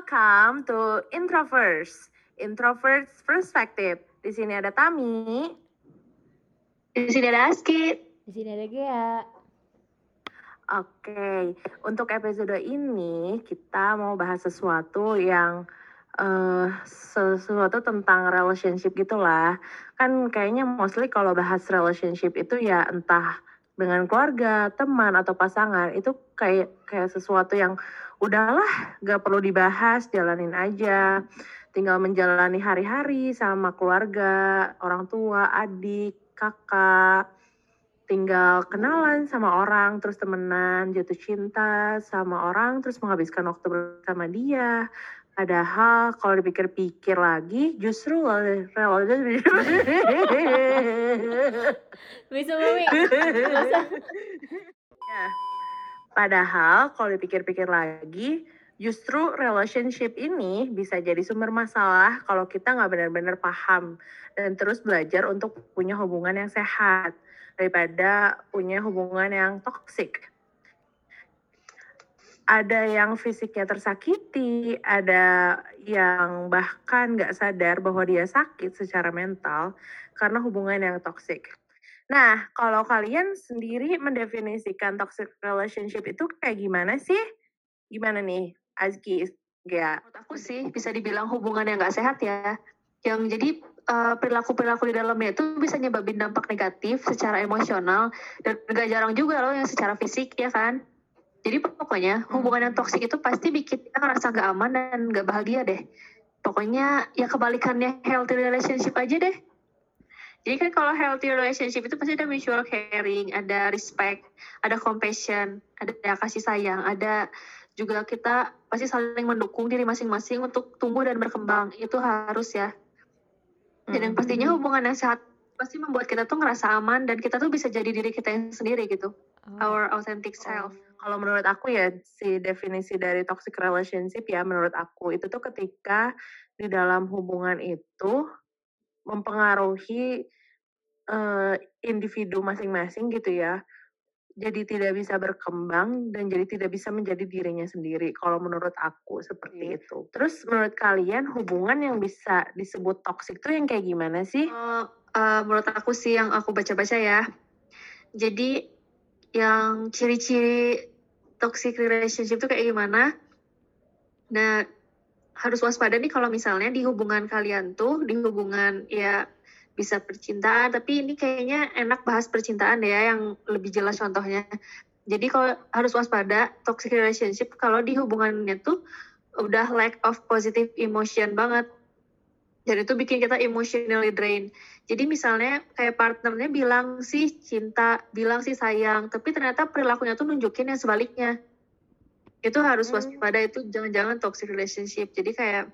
Welcome to Introverts Perspective. Di sini ada Tami. Di sini ada Askit. Di sini ada Gea. Oke, untuk episode ini kita mau bahas sesuatu yang sesuatu tentang relationship gitulah. Kan kayaknya mostly kalau bahas relationship itu ya entah dengan keluarga, teman atau pasangan itu kayak sesuatu yang udahlah gak perlu dibahas, jalanin aja. Tinggal menjalani hari-hari sama keluarga, orang tua, adik, kakak. Tinggal kenalan sama orang, terus temenan, jatuh cinta sama orang, terus menghabiskan waktu bersama dia. Padahal kalau dipikir-pikir lagi, justru Bisa Mami. Ya. Padahal kalau dipikir-pikir lagi, justru relationship ini bisa jadi sumber masalah kalau kita nggak benar-benar paham dan terus belajar untuk punya hubungan yang sehat daripada punya hubungan yang toksik. Ada yang fisiknya tersakiti, ada yang bahkan nggak sadar bahwa dia sakit secara mental karena hubungan yang toksik. Nah, kalau kalian sendiri mendefinisikan toxic relationship itu kayak gimana sih? Gimana nih, Azki? Ya. Menurut aku sih bisa dibilang hubungan yang nggak sehat ya. Yang jadi perilaku-perilaku di dalamnya itu bisa nyebabin dampak negatif secara emosional dan gak jarang juga loh yang secara fisik ya kan. Jadi pokoknya hubungan yang toksik itu pasti bikin kita ngerasa gak aman dan gak bahagia deh. Pokoknya ya kebalikannya healthy relationship aja deh. Jadi kan kalau healthy relationship itu pasti ada mutual caring, ada respect, ada compassion, ada kasih sayang, ada juga kita pasti saling mendukung diri masing-masing untuk tumbuh dan berkembang. Itu harus ya. Dan yang pastinya hubungan yang sehat pasti membuat kita tuh ngerasa aman dan kita tuh bisa jadi diri kita yang sendiri gitu. Our authentic self. Kalau menurut aku ya, si definisi dari toxic relationship ya menurut aku itu tuh ketika di dalam hubungan itu mempengaruhi individu masing-masing gitu ya. Jadi tidak bisa berkembang dan jadi tidak bisa menjadi dirinya sendiri. Kalau menurut aku seperti itu. Terus menurut kalian hubungan yang bisa disebut toksik itu yang kayak gimana sih? Menurut aku sih yang aku baca-baca ya. Jadi yang ciri-ciri toxic relationship itu kayak gimana? Nah, harus waspada nih kalau misalnya di hubungan kalian tuh, di hubungan ya bisa percintaan, tapi ini kayaknya enak bahas percintaan ya yang lebih jelas contohnya. Jadi kalau harus waspada toxic relationship kalau di hubungannya tuh udah lack of positive emotion banget. Dan itu bikin kita emotionally drained. Jadi misalnya kayak partnernya bilang sih cinta, bilang sih sayang, tapi ternyata perilakunya tuh nunjukin yang sebaliknya. Itu harus waspada, itu jangan-jangan toxic relationship. Jadi kayak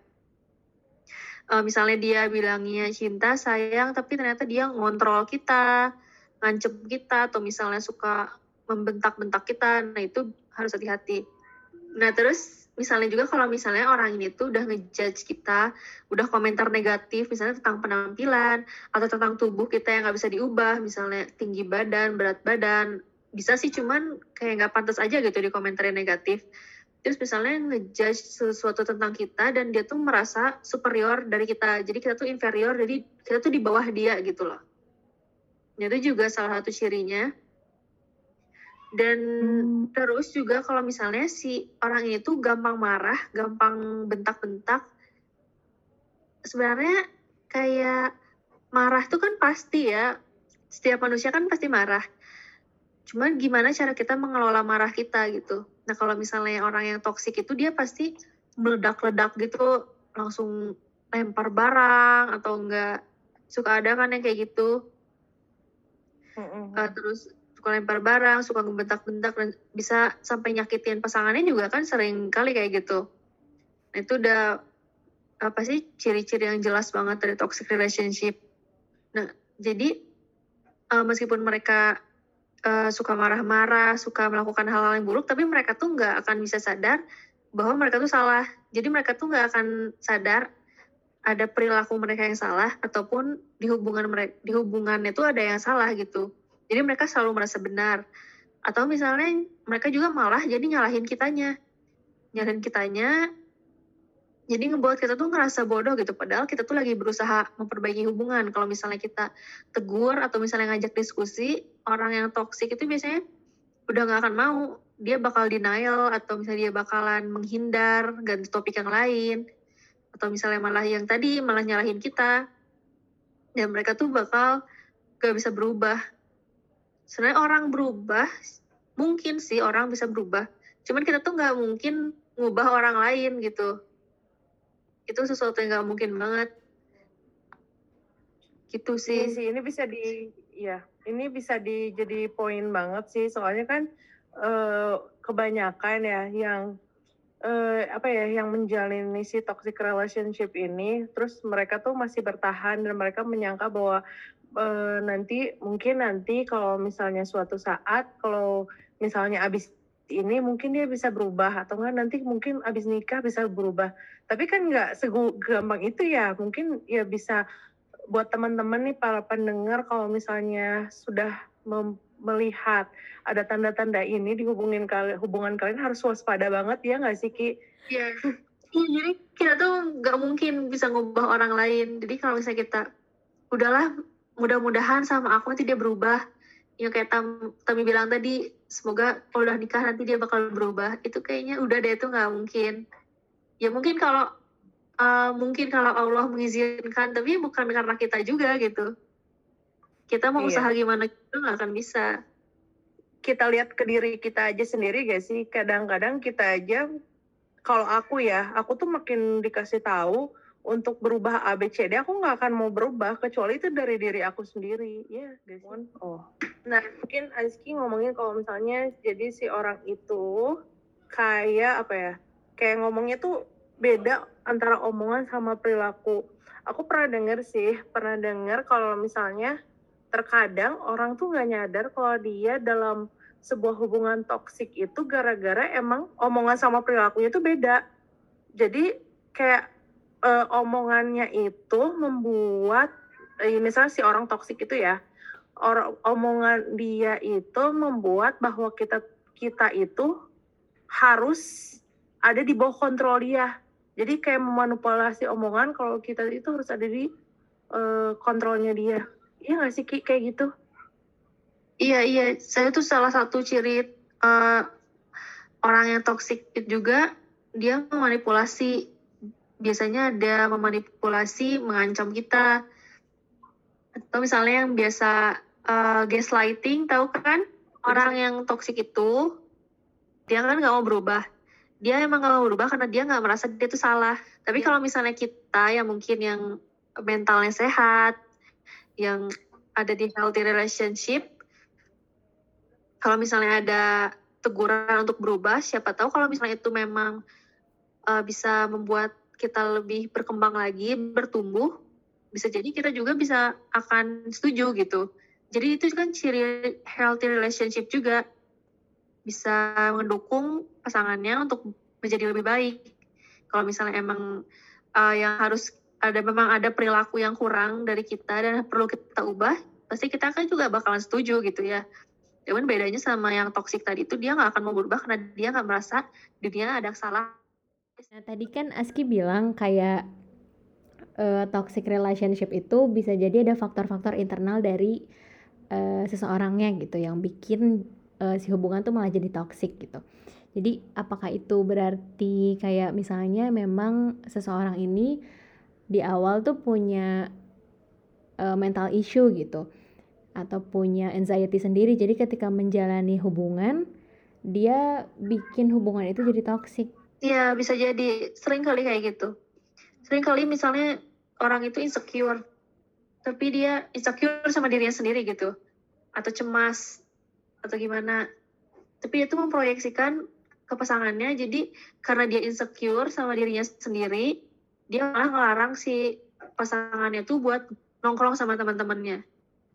misalnya dia bilangnya cinta, sayang, tapi ternyata dia ngontrol kita, ngancem kita, atau misalnya suka membentak-bentak kita, nah itu harus hati-hati. Nah terus misalnya juga kalau misalnya orang ini tuh udah ngejudge kita, udah komentar negatif, misalnya tentang penampilan, atau tentang tubuh kita yang gak bisa diubah, misalnya tinggi badan, berat badan, bisa sih cuman kayak gak pantas aja gitu dikomentarin negatif. Terus misalnya ngejudge sesuatu tentang kita dan dia tuh merasa superior dari kita. Jadi kita tuh inferior, jadi kita tuh di bawah dia gitu loh. Itu juga salah satu cirinya. Dan terus juga kalau misalnya si orang ini tuh gampang marah, gampang bentak-bentak. Sebenarnya kayak marah tuh kan pasti ya. Setiap manusia kan pasti marah. Cuman gimana cara kita mengelola marah kita gitu. Nah kalau misalnya orang yang toksik itu dia pasti meledak-ledak gitu, langsung lempar barang atau enggak, suka ada kan yang kayak gitu. Terus suka lempar barang, suka ngebentak-bentak dan bisa sampai nyakitin pasangannya juga kan sering kali kayak gitu. Nah itu udah apa sih ciri-ciri yang jelas banget dari toxic relationship. Nah jadi meskipun mereka suka marah-marah, suka melakukan hal-hal yang buruk, tapi mereka tuh nggak akan bisa sadar bahwa mereka tuh salah. Jadi mereka tuh nggak akan sadar ada perilaku mereka yang salah, ataupun di hubungannya tuh ada yang salah gitu. Jadi mereka selalu merasa benar. Atau misalnya mereka juga malah jadi nyalahin kitanya. Jadi ngebuat kita tuh ngerasa bodoh gitu, padahal kita tuh lagi berusaha memperbaiki hubungan. Kalau misalnya kita tegur atau misalnya ngajak diskusi, orang yang toksik itu biasanya udah nggak akan mau. Dia bakal denial atau misalnya dia bakalan menghindar, ganti topik yang lain. Atau misalnya malah yang tadi, malah nyalahin kita. Dan mereka tuh bakal gak bisa berubah. Sebenarnya orang berubah, mungkin sih orang bisa berubah. Cuman kita tuh nggak mungkin ngubah orang lain gitu. Itu sesuatu yang nggak mungkin banget. Gitu Iya sih. sih, ini bisa jadi poin banget sih, soalnya kan kebanyakan ya yang yang menjalani si toxic relationship ini, terus mereka tuh masih bertahan dan mereka menyangka bahwa mungkin nanti kalau misalnya suatu saat, kalau misalnya abis ini mungkin dia bisa berubah, atau enggak nanti mungkin abis nikah bisa berubah. Tapi kan nggak segampang itu ya, mungkin ya bisa buat teman-teman nih para pendengar, kalau misalnya sudah melihat ada tanda-tanda ini di hubungan kalian harus waspada banget ya nggak sih Ki? Iya. Iya, jadi kita tuh nggak mungkin bisa ngubah orang lain. Jadi kalau misalnya kita, udahlah, mudah-mudahan sama aku nanti dia berubah. Yang kayak Tami bilang tadi, semoga kalau udah nikah nanti dia bakal berubah. Itu kayaknya udah deh, itu nggak mungkin. Ya mungkin kalau Allah mengizinkan, tapi bukan karena kita juga gitu. Kita mau usaha gimana kita nggak akan bisa. Kita lihat ke diri kita aja sendiri gak sih? Kadang-kadang kita aja, kalau aku tuh makin dikasih tahu untuk berubah A, B, C, D, aku nggak akan mau berubah, kecuali itu dari diri aku sendiri. Ya, guys. Nah, mungkin Azki ngomongin kalau misalnya jadi si orang itu kayak kayak ngomongnya tuh beda antara omongan sama perilaku. Aku pernah dengar kalau misalnya terkadang orang tuh nggak nyadar kalau dia dalam sebuah hubungan toksik itu gara-gara emang omongan sama perilakunya itu beda. Jadi kayak omongannya itu membuat misalnya si orang toksik itu ya, omongan dia itu membuat bahwa kita itu harus ada di bawah kontrol dia. Jadi kayak memanipulasi omongan kalau kita itu harus ada di kontrolnya dia. Iya nggak sih Ki, kayak gitu? Iya. Saya tuh salah satu ciri orang yang toksik juga, dia memanipulasi. Biasanya ada memanipulasi, mengancam kita. Atau misalnya yang biasa gaslighting, tahu kan? Orang yang toksik itu, dia kan nggak mau berubah. Dia emang nggak mau berubah karena dia nggak merasa dia itu salah. Tapi kalau misalnya kita yang mungkin yang mentalnya sehat, yang ada di healthy relationship, kalau misalnya ada teguran untuk berubah, siapa tahu kalau misalnya itu memang bisa membuat kita lebih berkembang lagi, bertumbuh, bisa jadi kita juga bisa akan setuju gitu. Jadi itu kan ciri healthy relationship juga, bisa mendukung pasangannya untuk menjadi lebih baik. Kalau misalnya emang memang ada perilaku yang kurang dari kita dan perlu kita ubah, pasti kita kan juga bakalan setuju gitu ya. Cuman bedanya sama yang toksik tadi itu, dia nggak akan mau berubah karena dia nggak merasa dirinya ada salah. Nah, tadi kan Aski bilang kayak toxic relationship itu bisa jadi ada faktor-faktor internal dari seseorangnya gitu yang bikin si hubungan tuh malah jadi toxic gitu. Jadi apakah itu berarti kayak misalnya memang seseorang ini di awal tuh punya mental issue gitu, atau punya anxiety sendiri, jadi ketika menjalani hubungan dia bikin hubungan itu jadi toxic. Iya, bisa jadi. Sering kali kayak gitu. Sering kali misalnya orang itu insecure, tapi dia insecure sama dirinya sendiri gitu, atau cemas, atau gimana. Tapi itu memproyeksikan ke pasangannya, jadi karena dia insecure sama dirinya sendiri, dia malah ngelarang si pasangannya tuh buat nongkrong sama teman-temannya.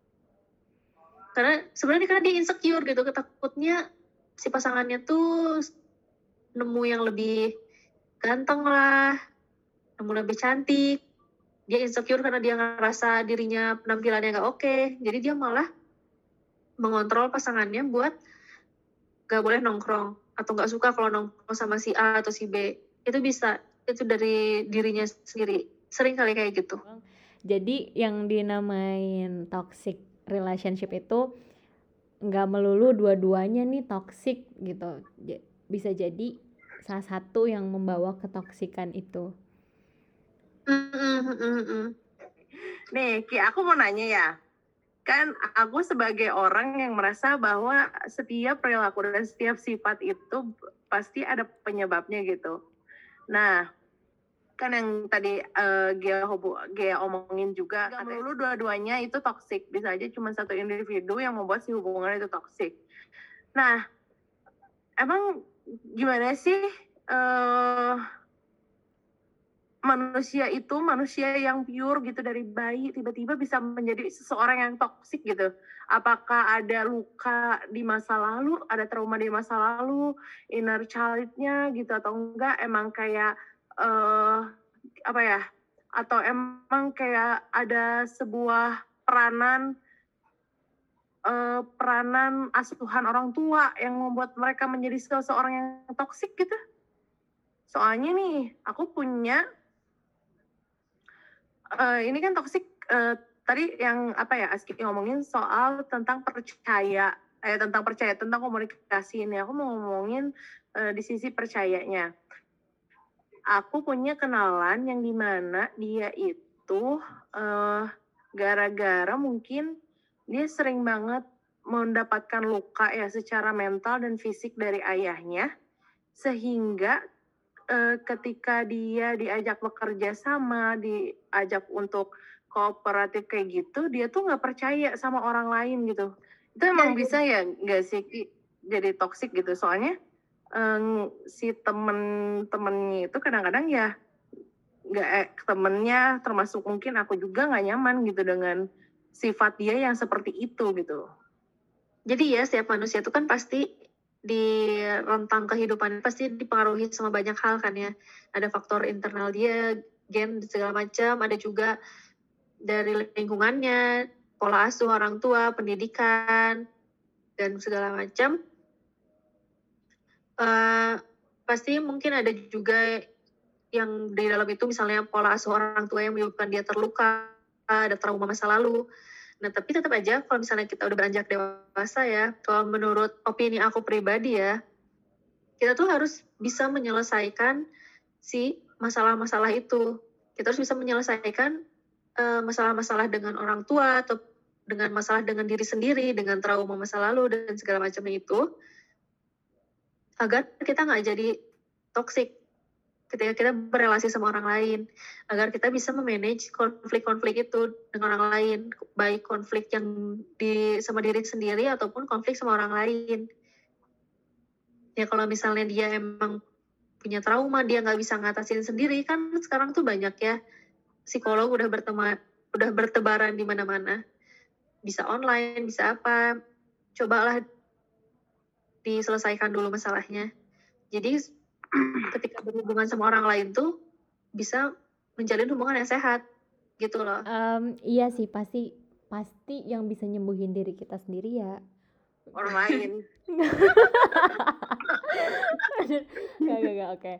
Karena sebenarnya dia insecure gitu, ketakutnya si pasangannya tuh nemu yang lebih ganteng lah, nemu lebih cantik. Dia insecure karena dia ngerasa dirinya penampilannya nggak oke. Jadi dia malah mengontrol pasangannya buat nggak boleh nongkrong, atau nggak suka kalau nongkrong sama si A atau si B. Itu bisa itu dari dirinya sendiri. Sering kali kayak gitu. Jadi yang dinamain toxic relationship itu nggak melulu dua-duanya nih toxic gitu. Bisa jadi salah satu yang membawa ketoksikan itu. Nih, Ki, aku mau nanya ya. Kan aku sebagai orang yang merasa bahwa setiap perilaku dan setiap sifat itu pasti ada penyebabnya gitu. Nah, kan yang tadi Gea omongin juga, nggak melulu dua-duanya itu toksik. Bisa aja cuma satu individu yang membuat si hubungan itu toksik. Nah, emang gimana sih manusia itu manusia yang pure gitu dari bayi tiba-tiba bisa menjadi seseorang yang toksik gitu? Apakah ada luka di masa lalu, ada trauma di masa lalu, inner child-nya gitu atau enggak? Emang kayak apa ya? Atau emang kayak ada sebuah peranan asuhan orang tua yang membuat mereka menjadi seseorang yang toksik gitu? Soalnya nih, aku punya ini kan toksik tadi yang apa ya Aski ngomongin soal tentang tentang komunikasi ini. Aku mau ngomongin di sisi percayanya. Aku punya kenalan yang dimana dia itu gara-gara mungkin dia sering banget mendapatkan luka ya secara mental dan fisik dari ayahnya, sehingga ketika dia diajak bekerja sama, diajak untuk kooperatif kayak gitu, dia tuh nggak percaya sama orang lain gitu. Itu emang bisa ya nggak sih Ki, jadi toksik gitu? Soalnya si temen-temennya itu kadang-kadang ya nggak temennya, termasuk mungkin aku juga nggak nyaman gitu dengan sifat dia yang seperti itu gitu. Jadi ya setiap manusia itu kan pasti di rentang kehidupan pasti dipengaruhi sama banyak hal kan ya. Ada faktor internal dia, gen segala macam, ada juga dari lingkungannya, pola asuh orang tua, pendidikan dan segala macam. Pasti mungkin ada juga yang di dalam itu misalnya pola asuh orang tua yang menyebabkan dia terluka, ada trauma masa lalu. Nah, tapi tetap aja kalau misalnya kita udah beranjak dewasa ya, kalau menurut opini aku pribadi ya, kita tuh harus bisa menyelesaikan si masalah-masalah itu. Kita harus bisa menyelesaikan masalah-masalah dengan orang tua atau dengan masalah dengan diri sendiri, dengan trauma masa lalu dan segala macamnya itu, agar kita nggak jadi toksik ketika kita berrelasi sama orang lain, agar kita bisa memanage konflik-konflik itu dengan orang lain, baik konflik yang sama diri sendiri ataupun konflik sama orang lain. Ya kalau misalnya dia emang punya trauma, dia nggak bisa ngatasin sendiri, kan sekarang tuh banyak ya psikolog udah bertebaran di mana-mana, bisa online, bisa apa, cobalah diselesaikan dulu masalahnya. Jadi ketika berhubungan sama orang lain tuh bisa menjalin hubungan yang sehat gitu loh. Iya sih, pasti yang bisa nyembuhin diri kita sendiri ya orang lain. Gak, oke.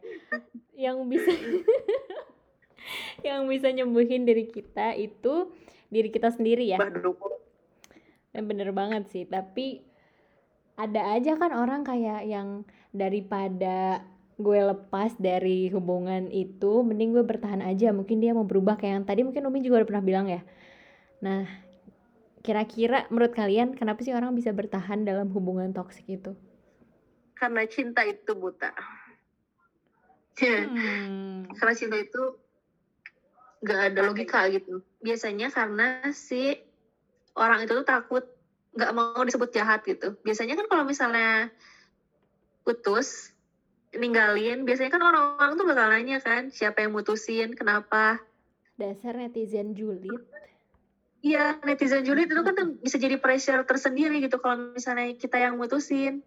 Yang bisa nyembuhin diri kita itu diri kita sendiri ya. Bener banget sih, tapi ada aja kan orang kayak yang daripada gue lepas dari hubungan itu, mending gue bertahan aja. Mungkin dia mau berubah kayak yang tadi mungkin Umi juga udah pernah bilang ya. Nah, kira-kira menurut kalian kenapa sih orang bisa bertahan dalam hubungan toksik itu? Karena cinta itu buta. Karena cinta itu gak ada logika gitu. Biasanya karena si orang itu tuh takut gak mau disebut jahat gitu. Biasanya kan kalau misalnya putus, ninggalin, biasanya kan orang-orang tuh bakal nanya kan, siapa yang mutusin, kenapa. Dasar netizen julid. Iya, netizen julid itu kan bisa jadi pressure tersendiri gitu kalau misalnya kita yang mutusin.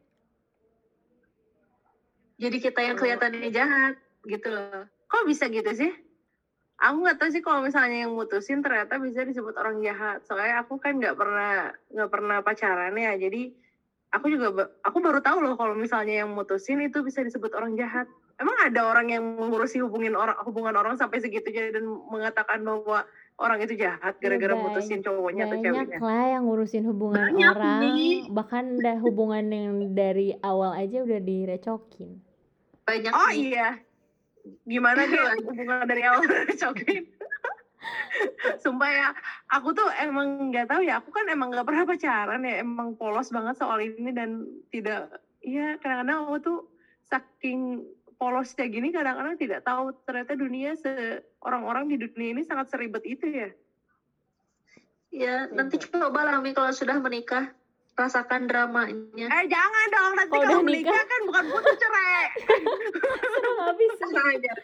Jadi kita yang kelihatannya jahat gitu loh. Kok bisa gitu sih? Aku nggak tahu sih kalau misalnya yang mutusin ternyata bisa disebut orang jahat. Soalnya aku kan nggak pernah pacaran ya. Jadi aku baru tahu loh kalau misalnya yang mutusin itu bisa disebut orang jahat. Emang ada orang yang mengurusi hubungan orang sampai segitunya dan mengatakan bahwa orang itu jahat Ya gara-gara mutusin cowoknya atau banyak ceweknya? lah yang ngurusin hubungan Banyak orang, nih. bahkan hubungan yang dari awal aja udah direcokin. Banyak Oh nih. iya, gimana dia hubungan dari awal direcokin? Sumpah ya, aku tuh emang nggak tahu ya, aku kan emang nggak pernah pacaran ya, emang polos banget soal ini dan tidak, ya kadang-kadang aku tuh saking polosnya gini kadang-kadang tidak tahu ternyata dunia orang-orang di dunia ini sangat seribet itu ya. Ya, nanti coba lah Mi kalau sudah menikah, rasakan dramanya. Jangan dong, nanti Kalau kalau udah menikah nikah kan bukan putus cerai. serem habis. Tenang aja.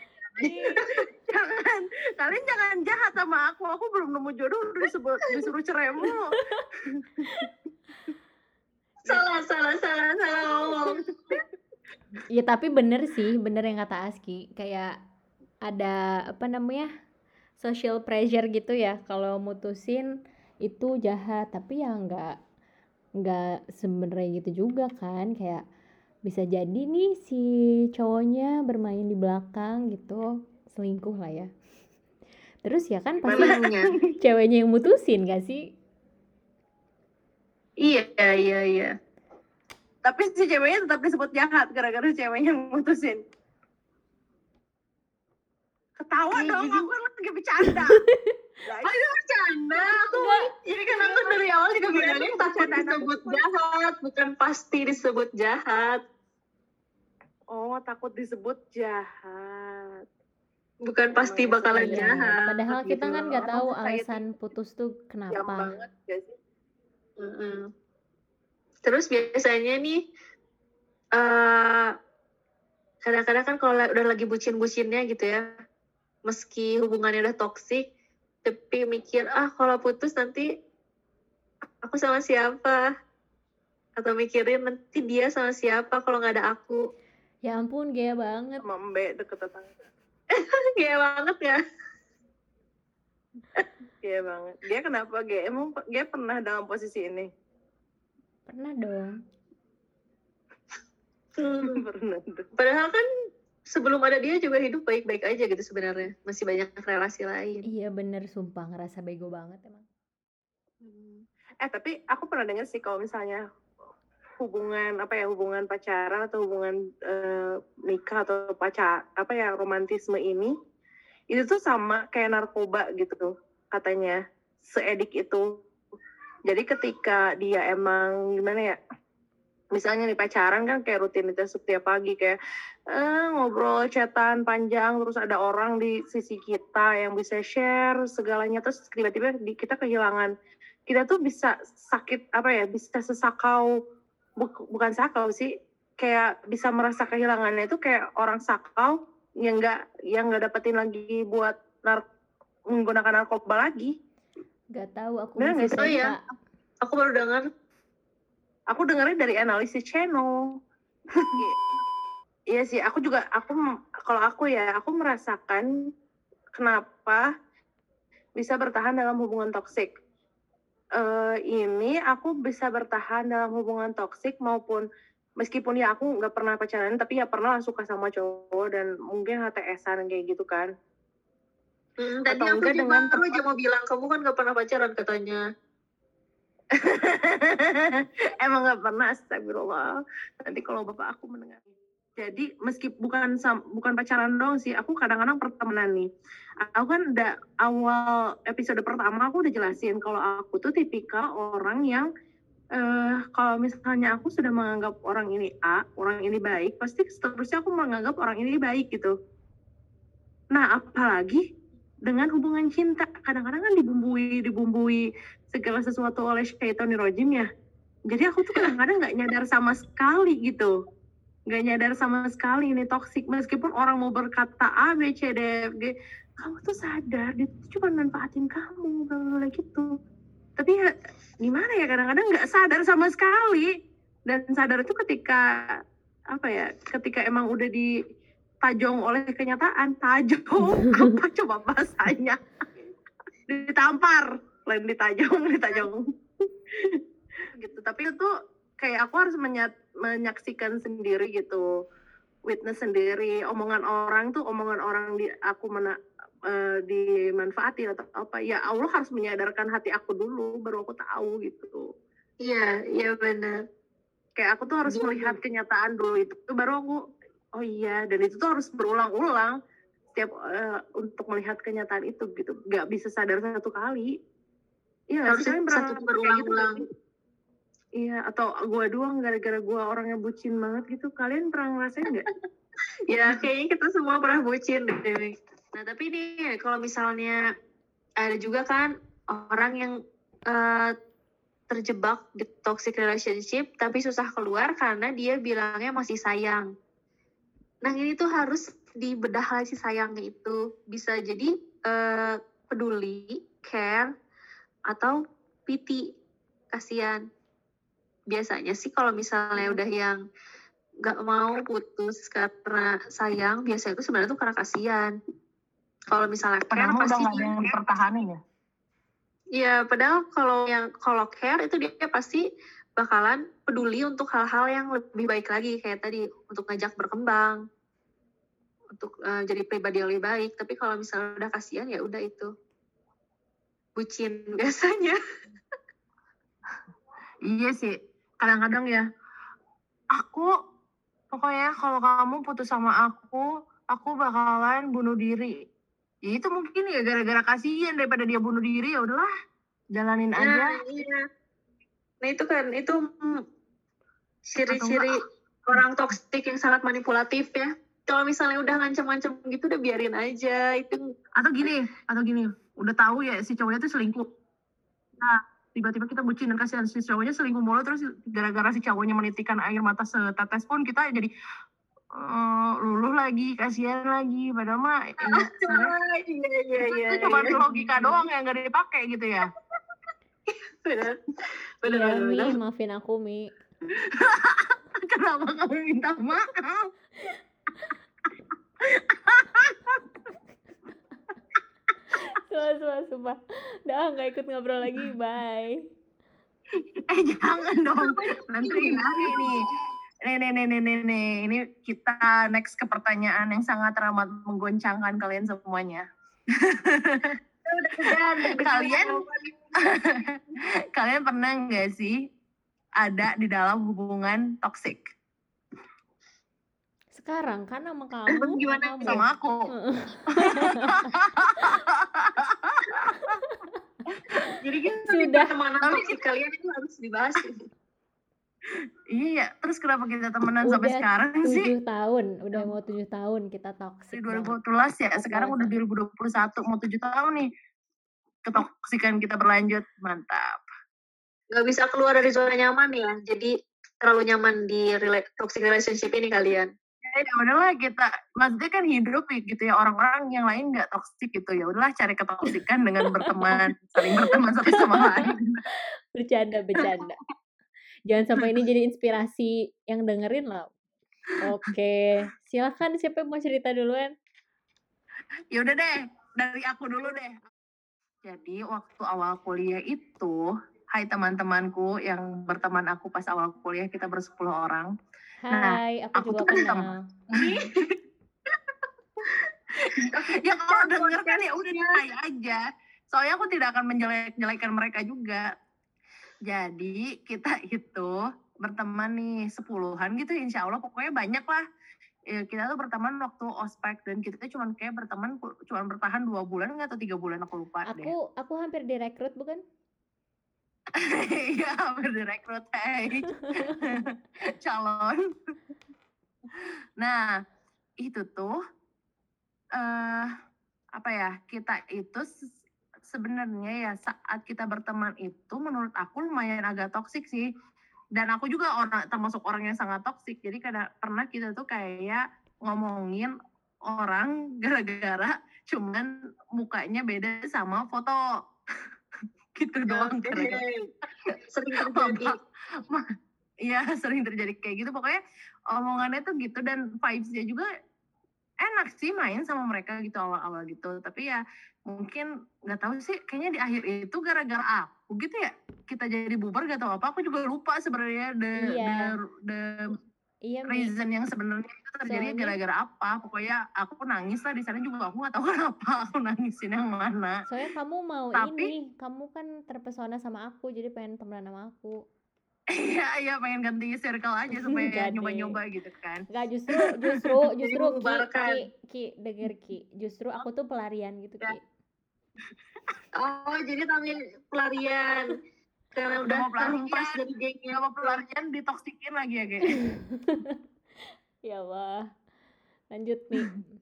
Kalian jangan jahat sama aku belum nemu jodoh udah disuruh cerai mulu. Salah ngomong. Ya tapi bener sih, bener yang kata Aski, kayak ada apa namanya, social pressure gitu ya, kalau mutusin itu jahat, tapi ya nggak sebenarnya gitu juga kan, kayak bisa jadi nih si cowoknya bermain di belakang gitu, selingkuh lah ya. Terus ya kan pasti Makanya. ceweknya yang mutusin gak sih? Iya. Tapi si ceweknya tetap disebut jahat gara-gara ceweknya yang mutusin. Ketawa dong, aku kan lagi bercanda. Ayo bercanda. Ini kan aku dari awal juga bilangnya takut disebut jahat, bukan pasti disebut jahat. Oh, takut disebut jahat. Bukan pasti bakalan Iya, jahat. padahal kita gitu kan loh. nggak tahu Orang alasan putus tuh Jam kenapa. banget gak sih? Terus biasanya nih kadang-kadang kan kalau udah lagi bucin-bucinnya gitu ya, meski hubungannya udah toksik, tapi mikir kalau putus nanti aku sama siapa, atau mikirin nanti dia sama siapa kalau nggak ada aku. Ya ampun, gaya banget. Sama Mbak deket tetangga. Gaya banget ya. Gaya banget. Dia kenapa gaya? Emang dia pernah dalam posisi ini? Pernah dong. Pernah dong. Padahal kan sebelum ada dia juga hidup baik-baik aja gitu sebenarnya. Masih banyak relasi lain. Iya bener, sumpah ngerasa bego banget emang. Tapi aku pernah dengar sih kalau misalnya hubungan pacaran atau hubungan nikah atau romantisme ini itu tuh sama kayak narkoba gitu katanya, seedik itu. Jadi ketika dia emang gimana ya, misalnya nih pacaran kan kayak rutinitas setiap pagi kayak ngobrol chatan panjang, terus ada orang di sisi kita yang bisa share segalanya, terus tiba-tiba kita kehilangan, kita tuh bisa sakit bisa sesakau, bukan sakau sih, kayak bisa merasa kehilangannya itu kayak orang sakau yang nggak dapetin lagi buat menggunakan narkoba lagi. Gak tahu, aku Bener masih nggak sih? TK. Aku baru dengar. Aku dengarnya dari analisis channel. Iya sih, kalau aku merasakan kenapa bisa bertahan dalam hubungan toksik. Ini aku bisa bertahan dalam hubungan toksik maupun meskipun ya aku nggak pernah pacaran, tapi ya pernah suka sama cowok dan mungkin HTS-an kayak gitu kan. Tadi Atau aku enggak juga dengan baru aja mau bilang kamu kan nggak pernah pacaran katanya. Emang nggak pernah, astagfirullah. Nanti kalau bapak aku mendengar. Jadi meski bukan pacaran doang sih, aku kadang-kadang pertemanan nih. Aku kan awal episode pertama aku udah jelasin kalau aku tuh tipikal orang yang kalau misalnya aku sudah menganggap orang ini A, orang ini baik, pasti seterusnya aku menganggap orang ini baik gitu. Nah, apalagi dengan hubungan cinta, kadang-kadang kan dibumbui segala sesuatu oleh syaitonir rajim ya. Jadi aku tuh kadang-kadang nggak nyadar sama sekali gitu. Nggak nyadar sama sekali ini toksik. Meskipun orang mau berkata A, B, C, D, F, G, kamu tuh sadar, dia tuh cuma manfaatin kamu, bla gitu. Tapi ya gimana ya, kadang-kadang nggak sadar sama sekali. Dan sadar itu ketika emang udah ditajong oleh kenyataan. Tajong apa coba bahasanya? Ditampar, lain ditajong gitu. Tapi itu kayak aku harus menyaksikan sendiri gitu, witness sendiri, omongan orang aku dimanfaatin atau apa, ya Allah harus menyadarkan hati aku dulu baru aku tahu gitu. Iya, iya benar. Kayak aku tuh harus Iya. melihat kenyataan dulu itu baru aku oh iya, dan itu tuh harus berulang-ulang setiap untuk melihat kenyataan itu gitu. Nggak bisa sadar satu kali. Iya, Harus kalian pernah satu kayak gitu berulang-ulang. nggak sih? Iya, atau gua doang gara-gara gua orangnya bucin banget gitu. Kalian pernah ngerasain nggak? Ya, kayaknya kita semua pernah bucin deh. Nah, tapi nih kalau misalnya ada juga kan orang yang terjebak di toxic relationship tapi susah keluar karena dia bilangnya masih sayang. Nah, ini tuh harus dibedah lagi sayangnya itu. Bisa jadi peduli, care, atau pity, kasihan. Biasanya sih kalau misalnya udah yang nggak mau putus karena sayang, biasanya itu sebenarnya tuh karena kasihan. Kalau misalnya care Padahal udah pasti nggak ada yang dipertahanin ya. Iya, padahal kalau care itu dia pasti bakalan peduli untuk hal-hal yang lebih baik lagi kayak tadi untuk ngajak berkembang, untuk jadi pribadi yang lebih baik. Tapi kalau misalnya udah kasihan ya udah itu bucin biasanya. Iya sih, kadang-kadang ya aku pokoknya kalau kamu putus sama aku bakalan bunuh diri. Ya itu mungkin ya gara-gara kasihan daripada dia bunuh diri, ya udahlah jalanin aja. Nah, iya. Nah itu kan itu ciri-ciri orang toksik yang sangat manipulatif ya. Kalau misalnya udah ngancem-ngancem gitu udah biarin aja itu. Atau gini, udah tahu ya si cowoknya tuh selingkuh. Nah, tiba-tiba kita bucin dan kasihan si cowoknya selingkuh mulu, terus gara-gara si cowoknya menitikan air mata setetes pun kita jadi luluh lagi, kasihan lagi. Padahal mah Iya. itu cuma logika doang yang gak dipakai gitu ya. Benar. Iya, Mi, maafin aku, Mi. Kenapa kamu minta maaf? Sumpah. Udah, nggak ikut ngobrol lagi, bye. Jangan dong. Nanti nih. Nih. Ini kita next ke pertanyaan yang sangat ramah menggoncangkan kalian semuanya. Kalian pernah nggak sih ada di dalam hubungan toksik? Sekarang kan sama kamu, gimana sama aku. Jadi kita sudah pertemanan toksik kalian itu harus dibahas. Iya, terus kenapa kita temenan sampai sekarang sih? 7 tahun, udah mau 7 tahun kita toksik. 2012 ya, sekarang udah 2021, mau 7 tahun nih. Ketoksikan kita berlanjut, mantap. Gak bisa keluar dari zona nyaman ya, jadi terlalu nyaman di toxic relationship ini kalian. Ya udahlah kita, maksudnya kan hidup gitu ya, orang-orang yang lain nggak toksik gitu, ya udahlah cari ketoksikan dengan berteman, saling berteman satu sama lain. Bercanda. Jangan sampai ini jadi inspirasi yang dengerin lah. Oke, silakan siapa yang mau cerita duluan? Ya udah deh, dari aku dulu deh. Jadi waktu awal kuliah itu, hai teman-temanku yang berteman aku pas awal kuliah, kita ber-10 orang. Hai, aku juga kenal. Ya kalau denger kan ya udah hai aja. Soalnya aku tidak akan menjelek-jelekan mereka juga. Jadi kita itu berteman nih 10-an gitu, insya Allah pokoknya banyak lah. Kita tuh berteman waktu ospek dan kita cuma kayak berteman cuma bertahan 2 bulan atau 3 bulan, aku lupa deh. Aku hampir direkrut bukan? Iya, hampir direkrut, hey. Calon. Nah, itu tuh apa ya, kita itu sebenarnya ya saat kita berteman itu menurut aku lumayan agak toksik sih. Dan aku juga termasuk orang yang sangat toksik. Jadi pernah kita tuh kayak ngomongin orang gara-gara cuman mukanya beda sama foto. Gitu doang. Sering terjadi. Iya, sering terjadi kayak gitu. Pokoknya omongannya tuh gitu, dan vibes-nya juga enak sih main sama mereka gitu awal-awal gitu. Tapi ya mungkin nggak tahu sih, kayaknya di akhir itu gara-gara aku gitu ya, kita jadi bubar, gak tahu apa, aku juga lupa sebenarnya Iya, Mi. reason yang sebenarnya itu terjadi Soalnya gara-gara apa. Pokoknya aku nangis lah di sana juga, aku nggak tahu kenapa aku nangisin yang mana. soalnya kamu mau Tapi ini, kamu kan terpesona sama aku, jadi pengen temenan sama aku. iya pengen ganti circle aja supaya Enggak deh. nyoba-nyoba gitu kan. Enggak, justru Jadi Ki, membubarkan. denger Ki. Justru aku tuh pelarian gitu, Ya. Ki. Oh, jadi namanya pelarian. Karena Udah udah mau pelarian, terhempas dari gengnya. udah mau pelarian ditoksikin lagi ya kayak. Ya Allah. Lanjut, Mi.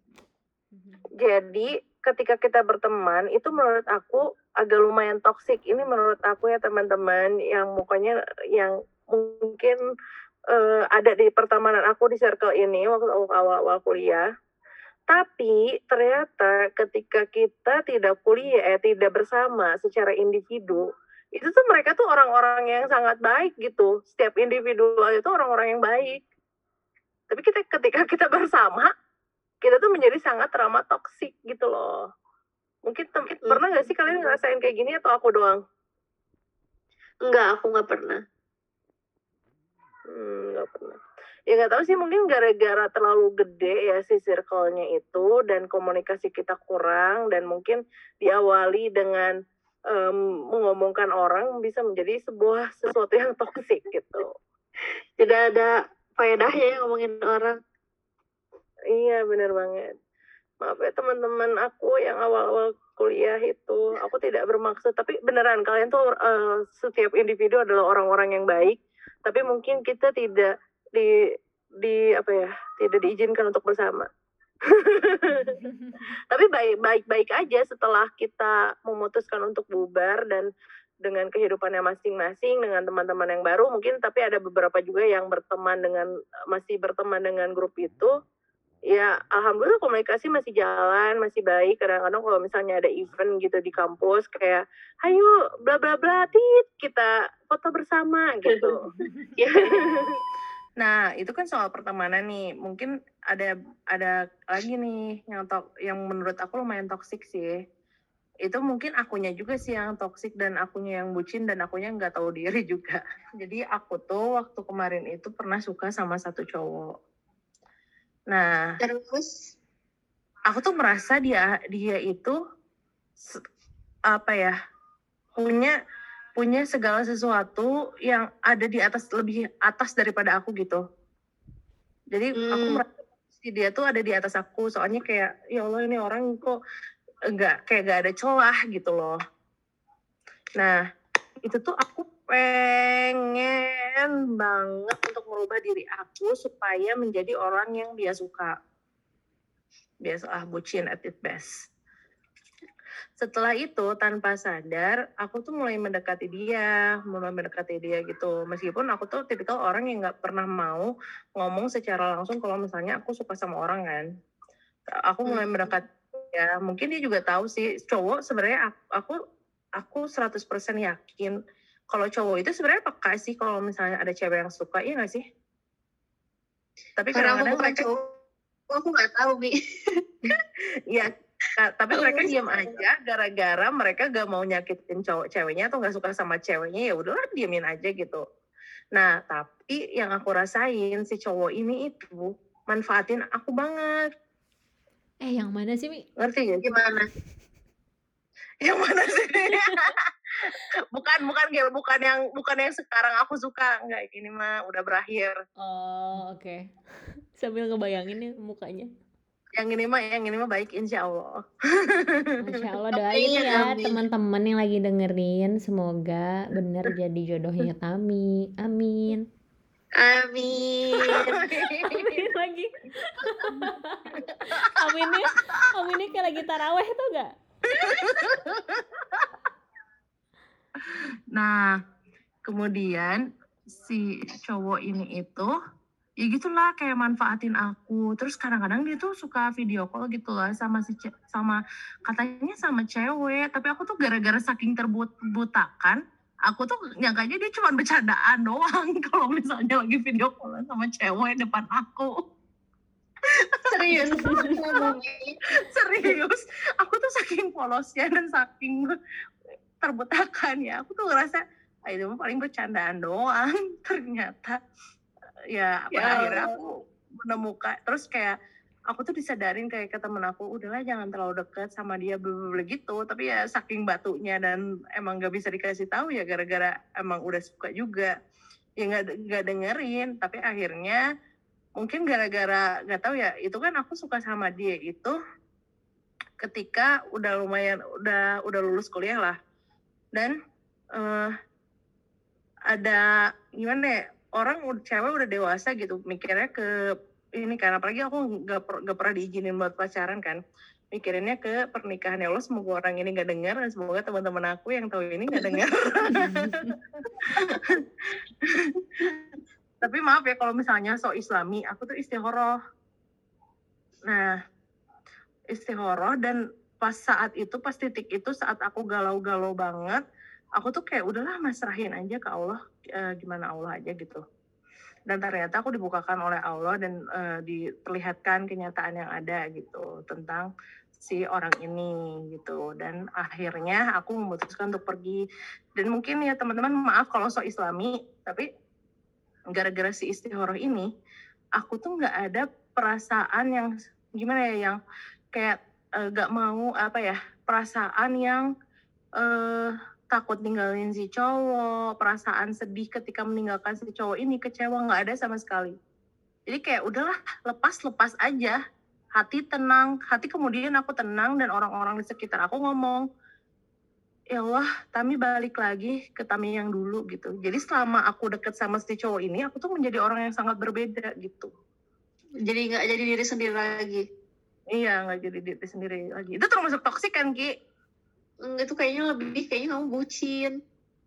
Jadi ketika kita berteman itu menurut aku agak lumayan toksik. Ini menurut aku ya teman-teman yang mukanya yang mungkin ada di pertemanan aku di circle ini waktu awal-awal kuliah. Tapi ternyata ketika kita tidak tidak bersama secara individu, itu tuh mereka tuh orang-orang yang sangat baik gitu. Setiap individual itu orang-orang yang baik. Tapi ketika kita bersama, kita tuh menjadi sangat ramah toksik gitu loh. Mungkin pernah nggak sih kalian ngerasain kayak gini atau aku doang? Enggak, aku nggak pernah. Nggak pernah. Ya nggak tahu sih, mungkin gara-gara terlalu gede ya si circle-nya itu dan komunikasi kita kurang dan mungkin diawali dengan mengomongkan orang bisa menjadi sesuatu yang toksik gitu. Tidak ada faedahnya ya ngomongin orang. Iya benar banget. Maaf ya teman-teman aku yang awal-awal kuliah itu, aku tidak bermaksud, tapi beneran kalian tuh setiap individu adalah orang-orang yang baik, tapi mungkin kita tidak tidak diizinkan untuk bersama. Tapi baik-baik aja setelah kita memutuskan untuk bubar dan dengan kehidupannya masing-masing dengan teman-teman yang baru mungkin, tapi ada beberapa juga yang masih berteman dengan grup itu. Ya, alhamdulillah komunikasi masih jalan, masih baik. Kadang-kadang kalau misalnya ada event gitu di kampus, kayak, ayo bla bla bla, kita foto bersama gitu. Nah, itu kan soal pertemanan nih. Mungkin ada lagi nih yang menurut aku lumayan toksik sih. Itu mungkin akunya juga sih yang toksik dan akunya yang bucin dan akunya nggak tahu diri juga. Jadi aku tuh waktu kemarin itu pernah suka sama satu cowok. Nah, Terus aku tuh merasa dia itu punya segala sesuatu yang ada lebih atas daripada aku gitu. Jadi aku merasa dia tuh ada di atas aku, soalnya kayak ya Allah ini orang kok gak ada celah gitu loh. Nah itu tuh aku pengen banget untuk merubah diri aku supaya menjadi orang yang dia suka. Biasalah bucin at its best. Setelah itu tanpa sadar aku tuh mulai mendekati dia gitu. Meskipun aku tuh tipikal orang yang nggak pernah mau ngomong secara langsung kalau misalnya aku suka sama orang kan. Aku mulai mendekati dia. Mungkin dia juga tahu sih cowok sebenarnya aku 100% yakin kalau cowok itu sebenarnya peka sih kalau misalnya ada cewek yang suka, iya nggak sih? Tapi karena aku kadang-kadang bukan cowok, aku nggak tahu, Mi. ya, tapi mereka diam aja gara-gara mereka gak mau nyakitin ceweknya atau gak suka sama ceweknya, ya udahlah diamin aja gitu. Nah, tapi yang aku rasain si cowok ini itu manfaatin aku banget. Yang mana sih, Mi? Ngerti gak? Gimana? Yang mana sih? bukan yang sekarang aku suka, enggak, ini mah udah berakhir. Oh, oke. Sambil ngebayangin nih mukanya. Yang ini mah baik insya Allah. Insya Allah, doain ya teman-teman yang lagi dengerin, semoga bener jadi jodohnya Tami. Amin. Amin. Amin lagi. Aminnya kayak lagi taraweh tuh gak? Nah, kemudian si cowok ini itu ya gitulah kayak manfaatin aku. Terus kadang-kadang dia tuh suka video call gitu lah sama katanya sama cewek, tapi aku tuh gara-gara saking terbutakan, aku tuh nyangkanya dia cuma bercandaan doang kalau misalnya lagi video call sama cewek depan aku. Serius? Serius, aku tuh saking polosnya dan saking terbutakan ya, aku tuh ngerasa itu mah paling bercandaan doang. Ternyata ya Ya pada akhirnya Allah. aku menemukan, terus kayak aku tuh disadarin kayak ke temen aku, udahlah jangan terlalu deket sama dia gitu, tapi ya saking batunya dan emang gak bisa dikasih tahu ya gara-gara emang udah suka juga, ya nggak dengerin. Tapi akhirnya mungkin gara-gara nggak tahu ya, itu kan aku suka sama dia itu ketika udah lumayan udah lulus kuliah lah. Dan eh, ada gimana ya, orang cewek udah dewasa gitu mikirnya ke ini kan, apalagi aku nggak pernah diizinin buat pacaran kan, mikirinnya ke pernikahan. Ya Allah, semoga orang ini nggak dengar dan semoga teman-teman aku yang tahu ini nggak dengar. Tapi maaf ya kalau misalnya so islami, aku tuh istikharah. Nah, istikharah, dan pas titik itu saat aku galau-galau banget, aku tuh kayak udahlah masrahin aja ke Allah, gimana Allah aja gitu. Dan ternyata aku dibukakan oleh Allah dan diperlihatkan kenyataan yang ada gitu tentang si orang ini gitu. Dan akhirnya aku memutuskan untuk pergi. Dan mungkin ya teman-teman maaf kalau so islami, tapi gara-gara si istikharah ini aku tuh nggak ada perasaan yang gimana ya, yang kayak nggak mau apa ya, perasaan yang takut ninggalin si cowok, perasaan sedih ketika meninggalkan si cowok ini, kecewa, nggak ada sama sekali. Jadi kayak udahlah, lepas aja, hati tenang, hati kemudian aku tenang, dan orang-orang di sekitar aku ngomong, ya Allah, Tami balik lagi ke Tami yang dulu gitu. Jadi selama aku deket sama si cowok ini, aku tuh menjadi orang yang sangat berbeda gitu. Jadi nggak jadi diri sendiri lagi. Iya, nggak jadi diri sendiri lagi. Itu termasuk toksik kan, Ki? Itu kayaknya kamu bucin.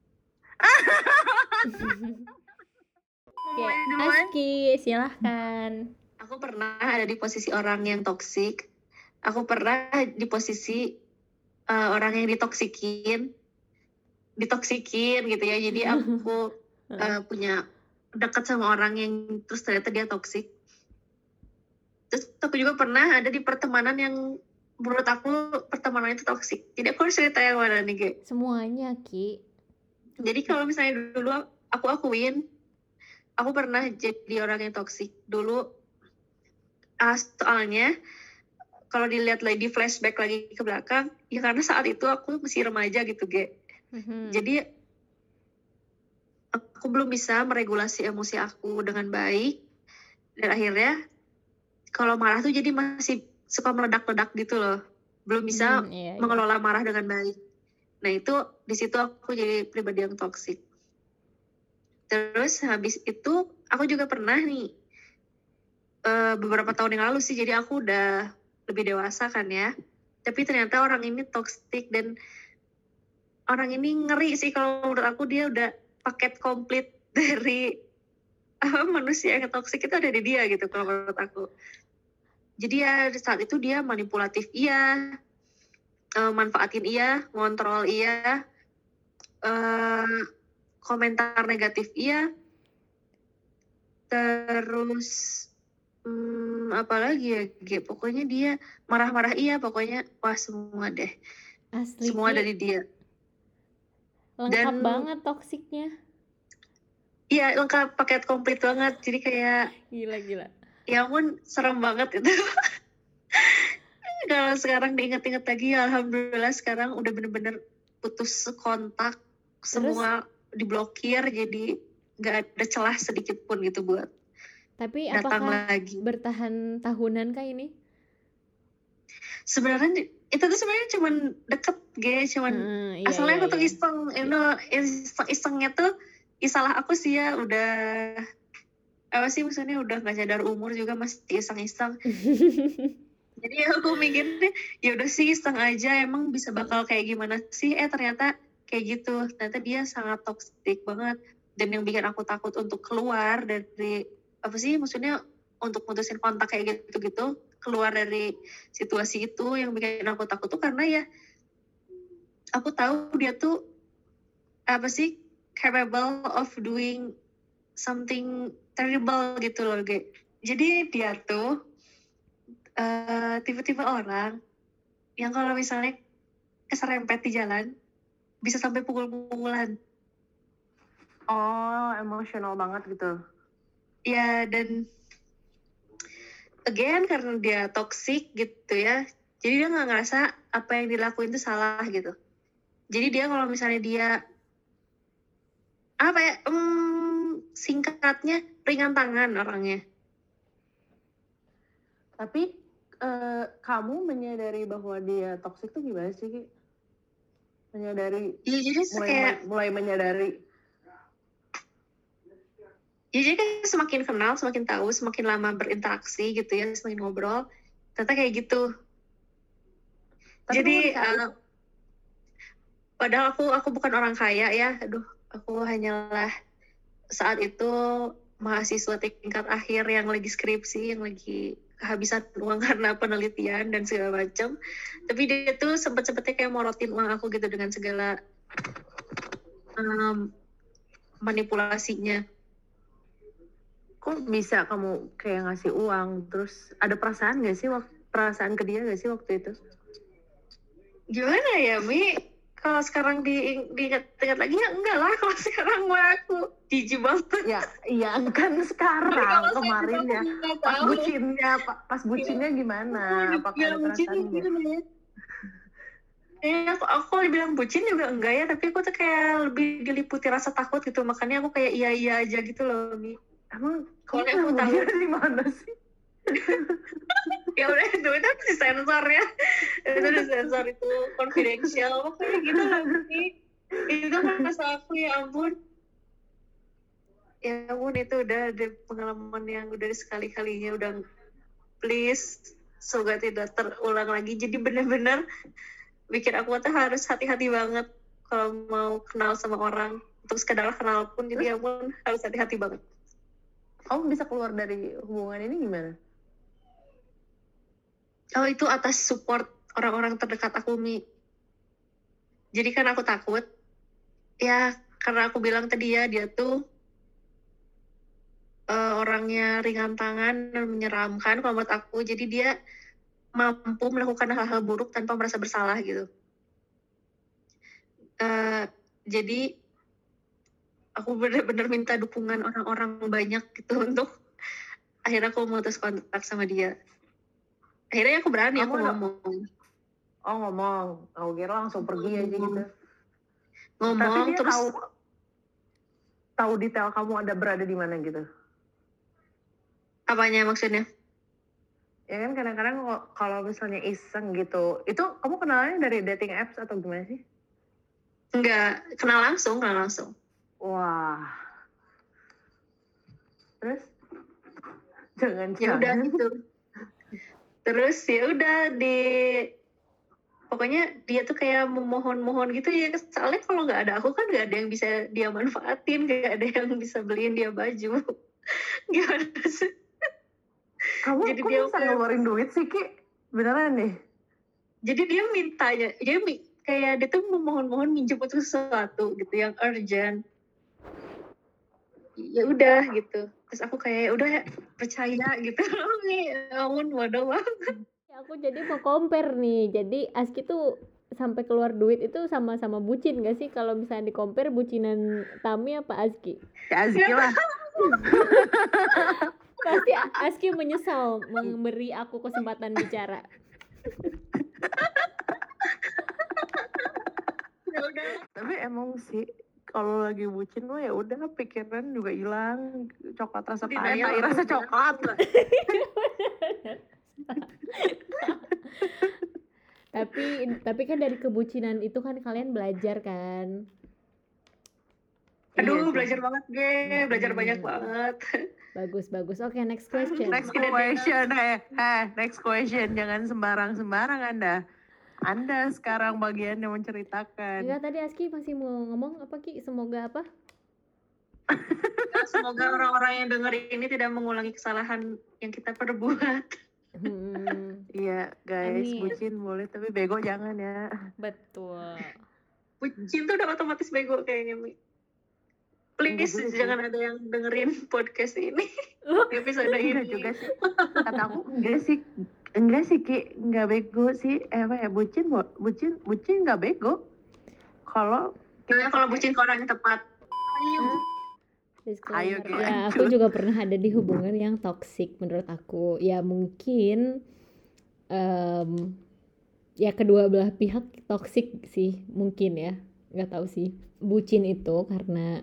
Oke, Aski, silahkan. Aku pernah ada di posisi orang yang toksik. Aku pernah di posisi orang yang ditoksikin gitu ya. Jadi aku punya dekat sama orang yang terus ternyata dia toksik. Terus aku juga pernah ada di pertemanan yang menurut aku pertemanan itu toksik. Jadi aku harus cerita yang mana nih, Ge? Semuanya, Ki. Jadi kalau misalnya dulu aku akuin, aku pernah jadi orang yang toksik dulu. Soalnya kalau dilihat lagi di flashback lagi ke belakang, ya karena saat itu aku masih remaja gitu, Ge. Jadi aku belum bisa meregulasi emosi aku dengan baik, dan akhirnya kalau marah tuh jadi masih suka meledak-ledak gitu loh, belum bisa mengelola marah dengan baik. Nah itu di situ aku jadi pribadi yang toksik. Terus habis itu aku juga pernah nih beberapa tahun yang lalu sih, jadi aku udah lebih dewasa kan ya, tapi ternyata orang ini toksik, dan orang ini ngeri sih kalau menurut aku. Dia udah paket komplit dari manusia yang toksik itu ada di dia gitu kalau menurut aku. Jadi ya saat itu dia manipulatif iya, manfaatin iya, ngontrol iya, komentar negatif iya, terus apalagi ya, pokoknya dia marah-marah iya, pokoknya wah semua deh. Asli, semua dari dia. Lengkap banget toksiknya. Iya, lengkap, paket komplit banget. Jadi kayak gila. Ya ampun, serem banget itu. Kalau sekarang diingat-ingat lagi, alhamdulillah sekarang udah bener-bener putus kontak, semua diblokir, jadi nggak ada celah sedikit pun gitu buat tapi datang apakah lagi. Bertahan tahunan kah ini? Sebenarnya itu tuh sebenarnya cuman deket, cuman asalnya aku tuh isengnya tuh salah aku sih ya, udah apa sih maksudnya, udah nggak sadar umur juga masih iseng-iseng. Jadi aku mikirnya ya udah sih iseng aja, emang bisa bakal kayak gimana sih, ternyata kayak gitu. Ternyata dia sangat toksik banget, dan yang bikin aku takut untuk keluar dari apa sih maksudnya, untuk mutusin kontak kayak gitu-gitu, keluar dari situasi itu, yang bikin aku takut tuh karena ya aku tahu dia tuh apa sih, capable of doing something terrible gitu loh, Jadi dia tuh tipe-tipe orang yang kalau misalnya keserempet di jalan bisa sampai pukul-pukulan. Oh, emosional banget gitu. Ya, dan again karena dia toxic gitu ya, jadi dia nggak ngerasa apa yang dilakuin itu salah gitu. Jadi dia kalau misalnya dia apa ya, singkatnya ringan tangan orangnya. Tapi kamu menyadari bahwa dia toksik tuh gimana sih, Ki? Menyadari, Ya, jadi kayak mulai menyadari. ya, jadi kan semakin kenal, semakin tahu, semakin lama berinteraksi gitu ya, semakin ngobrol, ternyata kayak gitu. Tapi Jadi kamu bisa- padahal aku bukan orang kaya ya, aduh, aku hanyalah saat itu mahasiswa tingkat akhir yang lagi skripsi, yang lagi kehabisan uang karena penelitian dan segala macam. Tapi dia tuh sempet-sempetnya kayak morotin uang aku gitu dengan segala manipulasinya. kok bisa kamu kayak ngasih uang, terus ada perasaan gak sih, perasaan ke dia gak sih waktu itu? Gimana ya, Mi? Kalau sekarang diingat-ingat lagi ya enggak lah. Kalau sekarang mah aku jijik banget. Ya, iya kan sekarang, Kalau kemarin saya ya, itu aku nggak pas tahu. bucinnya gimana? Apakah ada perasaan nggak? Aku dibilang bucin juga enggak ya, tapi aku tuh kayak lebih diliputi rasa takut gitu, makanya aku kayak iya aja gitu loh, Mi. Emang Soalnya kamu aku tahu tahu. dia dari mana sih? Ya udah, itu harus disensor ya. Itu disensor, itu confidential, pokoknya gitu lah, Mi. Itu masa aku, ya ampun. Ya ampun, itu udah ada pengalaman yang udah sekali-kalinya, udah please, semoga tidak terulang lagi. Jadi benar-benar bikin aku tuh harus hati-hati banget kalau mau kenal sama orang, untuk sekedar kenal pun. Jadi ampun, harus hati-hati banget. Kamu bisa keluar dari hubungan ini gimana? Oh, itu atas support orang-orang terdekat aku, Mi. Jadi kan aku takut ya, karena aku bilang tadi ya, dia tuh orangnya ringan tangan dan menyeramkan kalau menurut aku. Jadi dia mampu melakukan hal-hal buruk tanpa merasa bersalah gitu. Jadi aku benar-benar minta dukungan orang-orang banyak gitu untuk akhirnya aku memutus kontak sama dia. Akhirnya aku berani, aku ngomong. Oh, ngomong. Aku kira langsung pergi aja gitu. Ngomong. Tapi dia terus tahu detail kamu ada berada di mana gitu. Apanya maksudnya? Ya kan kadang-kadang kalau misalnya iseng gitu, itu kamu kenalannya dari dating apps atau gimana sih? Enggak, kenal langsung. Wah. Terus? Jangan. Ya udah gitu. Terus ya udah pokoknya dia tuh kayak memohon-mohon gitu ya. Soalnya kalau nggak ada aku kan nggak ada yang bisa dia manfaatin, nggak ada yang bisa beliin dia baju. Gimana sih? Kamu Jadi kok dia bisa ngeluarin duit sih, Ki? Beneran nih? Jadi dia mintanya, kayak dia tuh memohon-mohon minjem untuk sesuatu gitu yang urgent. Ya udah gitu. Terus aku kayak udah ya, percaya gitu. Ampun, bodoh banget. Aku jadi mau compare nih. Jadi Aski tuh sampai keluar duit itu sama-sama bucin gak sih? Kalau misalnya di compare, bucinan Tami apa Aski? Ya Aski lah. Pasti Aski menyesal memberi aku kesempatan bicara. Ya udah. Tapi emang sih kalau lagi bucin mah ya udah, pikiran juga hilang, coklat rasa tai rasa coklat. tapi kan dari kebucinan itu kan kalian belajar kan? Aduh, belajar banget belajar banyak banget. Bagus. Oke, next question. Next question, jangan sembarang Anda sekarang bagian yang menceritakan. Enggak, tadi Aski masih mau ngomong apa, Ki? Semoga apa? Semoga orang-orang yang denger ini tidak mengulangi kesalahan yang kita perbuat. Iya, guys, Amin. bucin boleh, tapi bego jangan ya. Betul. Bucin tuh udah otomatis bego kayaknya, Mi. Please, jangan ada yang dengerin podcast ini. Episode ini. Enggak juga sih. Kata aku enggak sih, Ki, enggak bego sih. Bucin enggak bego. Kalau bucin ke orang yang tepat. Disclaimer, Oke, ya aku lanjut. juga pernah ada di hubungan yang toxic menurut aku. Ya mungkin em, ya kedua belah pihak toxic sih mungkin ya. Nggak tahu sih. Bucin itu karena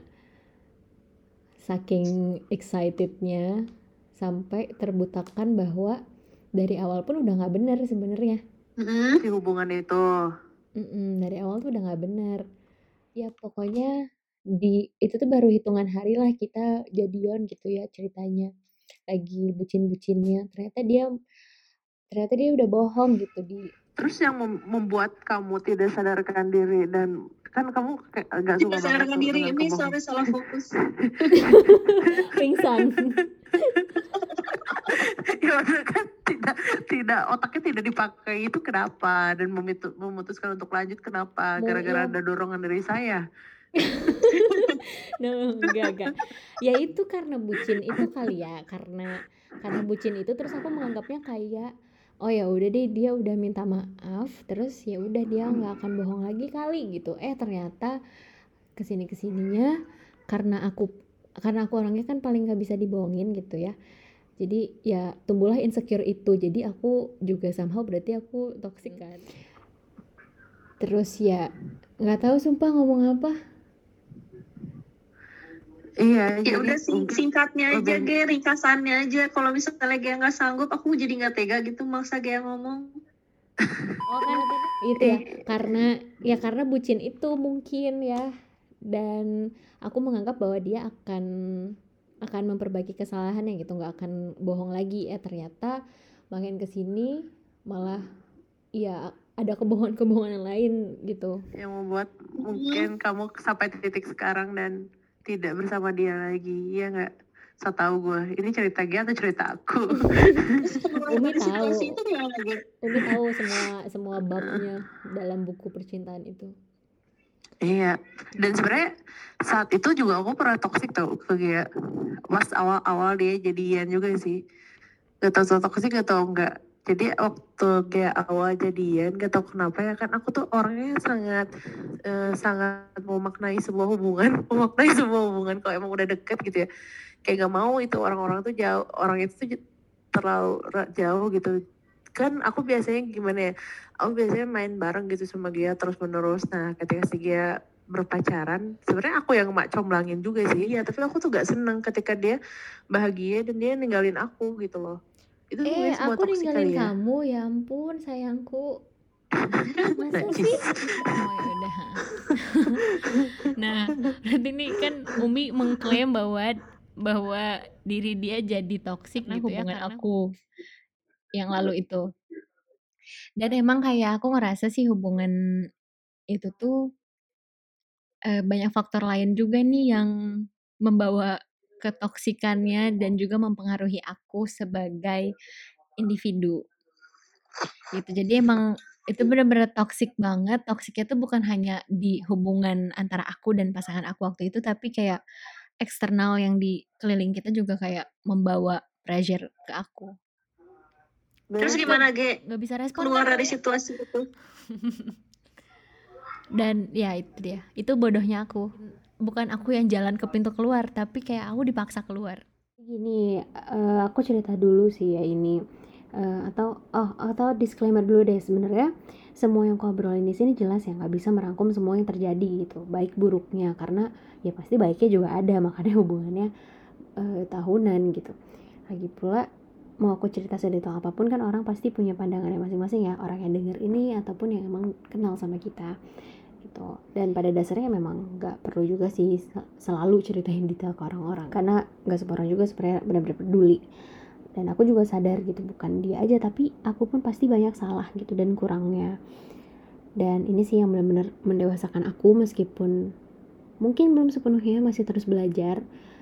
saking excitednya sampai terbutakan bahwa dari awal pun udah nggak benar sebenarnya. Di hubungan itu. Dari awal tuh udah nggak benar. Ya pokoknya itu tuh baru hitungan hari lah kita jadian gitu ya ceritanya. Lagi bucin-bucinnya. Ternyata dia udah bohong gitu di Terus yang membuat kamu tidak sadarkan diri dan kan kamu kayak agak suka Tidak banget sadarkan tuh diri dengan ini, kebohongan. sorry salah fokus. pingsan. Ya maksudnya kan tidak otaknya tidak dipakai itu kenapa, dan memutuskan untuk lanjut kenapa? Gara-gara Ya, ada dorongan dari saya. no, enggak. Ya itu karena bucin itu kali ya, karena bucin itu terus aku menganggapnya kayak oh ya udah deh dia udah minta maaf, terus ya udah dia nggak akan bohong lagi kali gitu. Ternyata kesininya karena aku orangnya kan paling nggak bisa dibohongin gitu ya. Jadi ya tumbuhlah insecure itu. Jadi aku juga somehow berarti aku toxic kan. Terus ya nggak tahu sumpah ngomong apa. Iya, Ya jadi udah singkatnya aja, lebih- ringkasannya aja. Kalau misalnya Gea nggak sanggup, aku jadi nggak tega gitu maksa Gea ngomong. Oh kan itu ya karena bucin itu mungkin ya, dan aku menganggap bahwa dia akan memperbaiki kesalahannya gitu, nggak akan bohong lagi. Ternyata makin kesini malah ya ada kebohongan-kebohongan lain gitu yang membuat mungkin kamu sampai titik sekarang dan tidak bersama dia lagi, ya nggak? So tau gue, ini cerita dia atau cerita aku? Umi Dari tahu situasi itu gimana, Ge? Umi tahu semua babnya dalam buku percintaan itu. Iya, dan sebenarnya saat itu juga aku pernah toksik tau ke dia. Pas awal-awal dia jadian juga sih. Gak tau so toksik gak tau enggak. Jadi waktu kayak awal jadian, gak tau kenapa ya kan aku tuh orangnya sangat memaknai sebuah hubungan, memaknai sebuah hubungan kalau emang udah deket gitu ya. Kayak gak mau itu orang-orang tuh jauh, orang itu tuh terlalu jauh gitu. Kan aku biasanya gimana ya, aku biasanya main bareng gitu sama dia terus menerus. Nah ketika si dia berpacaran, sebenarnya aku yang mak comblangin juga sih ya, tapi aku tuh gak seneng ketika dia bahagia dan dia ninggalin aku gitu loh. Itu mungkin sebuah Aku toksik ninggalin kali ya. kamu, ya ampun sayangku. Masa Najis. sih? Oh ya udah. Nah, berarti ini kan Umi mengklaim bahwa diri dia jadi toksik gitu ya hubungan karena aku yang lalu itu. Dan emang kayak aku ngerasa sih hubungan itu tuh banyak faktor lain juga nih yang membawa ketoksikannya dan juga mempengaruhi aku sebagai individu gitu. Jadi emang itu benar-benar toksik banget. Toksiknya tuh bukan hanya di hubungan antara aku dan pasangan aku waktu itu, tapi kayak eksternal yang di keliling kita juga kayak membawa pressure ke aku. Terus gimana, Ge? Nggak bisa respon Keluar kan? dari situasi itu. Dan ya itu dia, itu bodohnya aku. Bukan aku yang jalan ke pintu keluar, tapi kayak aku dipaksa keluar. Gini, aku cerita dulu sih ya ini, atau disclaimer dulu deh. Sebenarnya semua yang aku obrolin di sini jelas ya nggak bisa merangkum semua yang terjadi gitu, baik buruknya, karena ya pasti baiknya juga ada, makanya hubungannya tahunan gitu. Lagi pula mau aku cerita sedetail apapun kan orang pasti punya pandangannya masing-masing ya, orang yang denger ini ataupun yang emang kenal sama kita gitu. Dan pada dasarnya memang nggak perlu juga sih selalu ceritain detail ke orang-orang, karena nggak semua orang juga sebenarnya benar-benar peduli. Dan aku juga sadar gitu, bukan dia aja tapi aku pun pasti banyak salah gitu dan kurangnya. Dan ini sih yang benar-benar mendewasakan aku, meskipun mungkin belum sepenuhnya, masih terus belajar.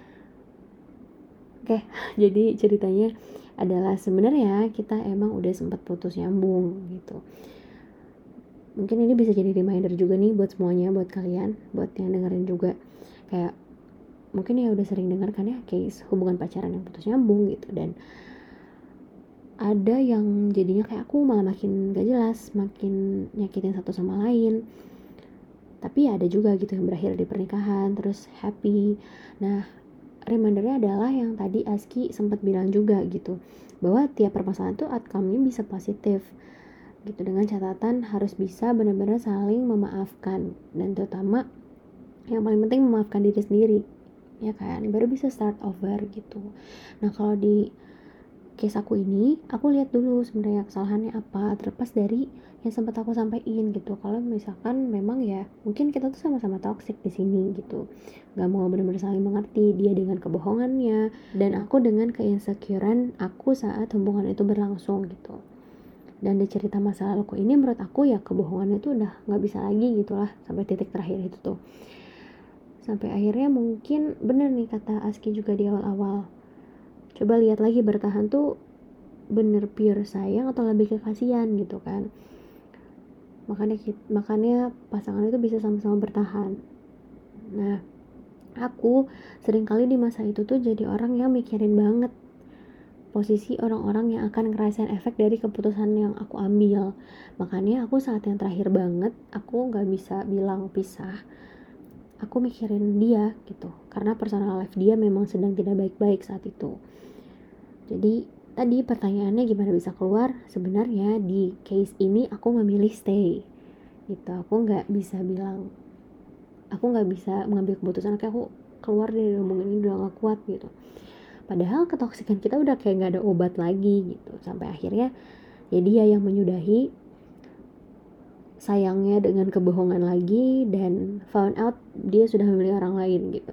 Oke, jadi ceritanya adalah sebenarnya kita emang udah sempat putus nyambung gitu. Mungkin ini bisa jadi reminder juga nih buat semuanya, buat kalian, buat yang dengerin juga. Kayak mungkin ya udah sering dengar kan ya case hubungan pacaran yang putus nyambung gitu, dan ada yang jadinya kayak aku malah makin gak jelas, makin nyakitin satu sama lain. Tapi ya ada juga gitu yang berakhir di pernikahan terus happy. Nah, remindernya adalah yang tadi Aski sempat bilang juga gitu, bahwa tiap permasalahan tuh outcome-nya bisa positif gitu, dengan catatan harus bisa benar-benar saling memaafkan, dan terutama yang paling penting memaafkan diri sendiri, ya kan, baru bisa start over gitu. Nah kalau di case aku ini, aku lihat dulu sebenarnya kesalahannya apa, terlepas dari yang sempat aku sampaikan gitu. Kalau misalkan memang ya mungkin kita tuh sama-sama toxic di sini gitu, nggak mau benar-benar saling mengerti, dia dengan kebohongannya dan aku dengan keinsecurean aku saat hubungan itu berlangsung gitu. Dan di cerita masa laluku ini menurut aku ya kebohongan itu udah nggak bisa lagi gitulah, sampai titik terakhir itu tuh. Sampai akhirnya mungkin bener nih kata Aski juga di awal-awal, coba lihat lagi bertahan tuh bener pure sayang atau lebih ke kasihan gitu kan. Makanya pasangan itu bisa sama-sama bertahan. Nah aku seringkali di masa itu tuh jadi orang yang mikirin banget posisi orang-orang yang akan ngerasain efek dari keputusan yang aku ambil. Makanya aku saat yang terakhir banget, aku gak bisa bilang pisah, aku mikirin dia gitu, karena personal life dia memang sedang tidak baik-baik saat itu. Jadi tadi pertanyaannya gimana bisa keluar, sebenarnya di case ini aku memilih stay gitu. Aku gak bisa bilang, aku gak bisa mengambil keputusan kayak aku keluar dari hubungan ini udah gak kuat gitu. Padahal ketoksikan kita udah kayak gak ada obat lagi gitu. Sampai akhirnya ya dia yang menyudahi sayangnya dengan kebohongan lagi, dan found out dia sudah memilih orang lain gitu.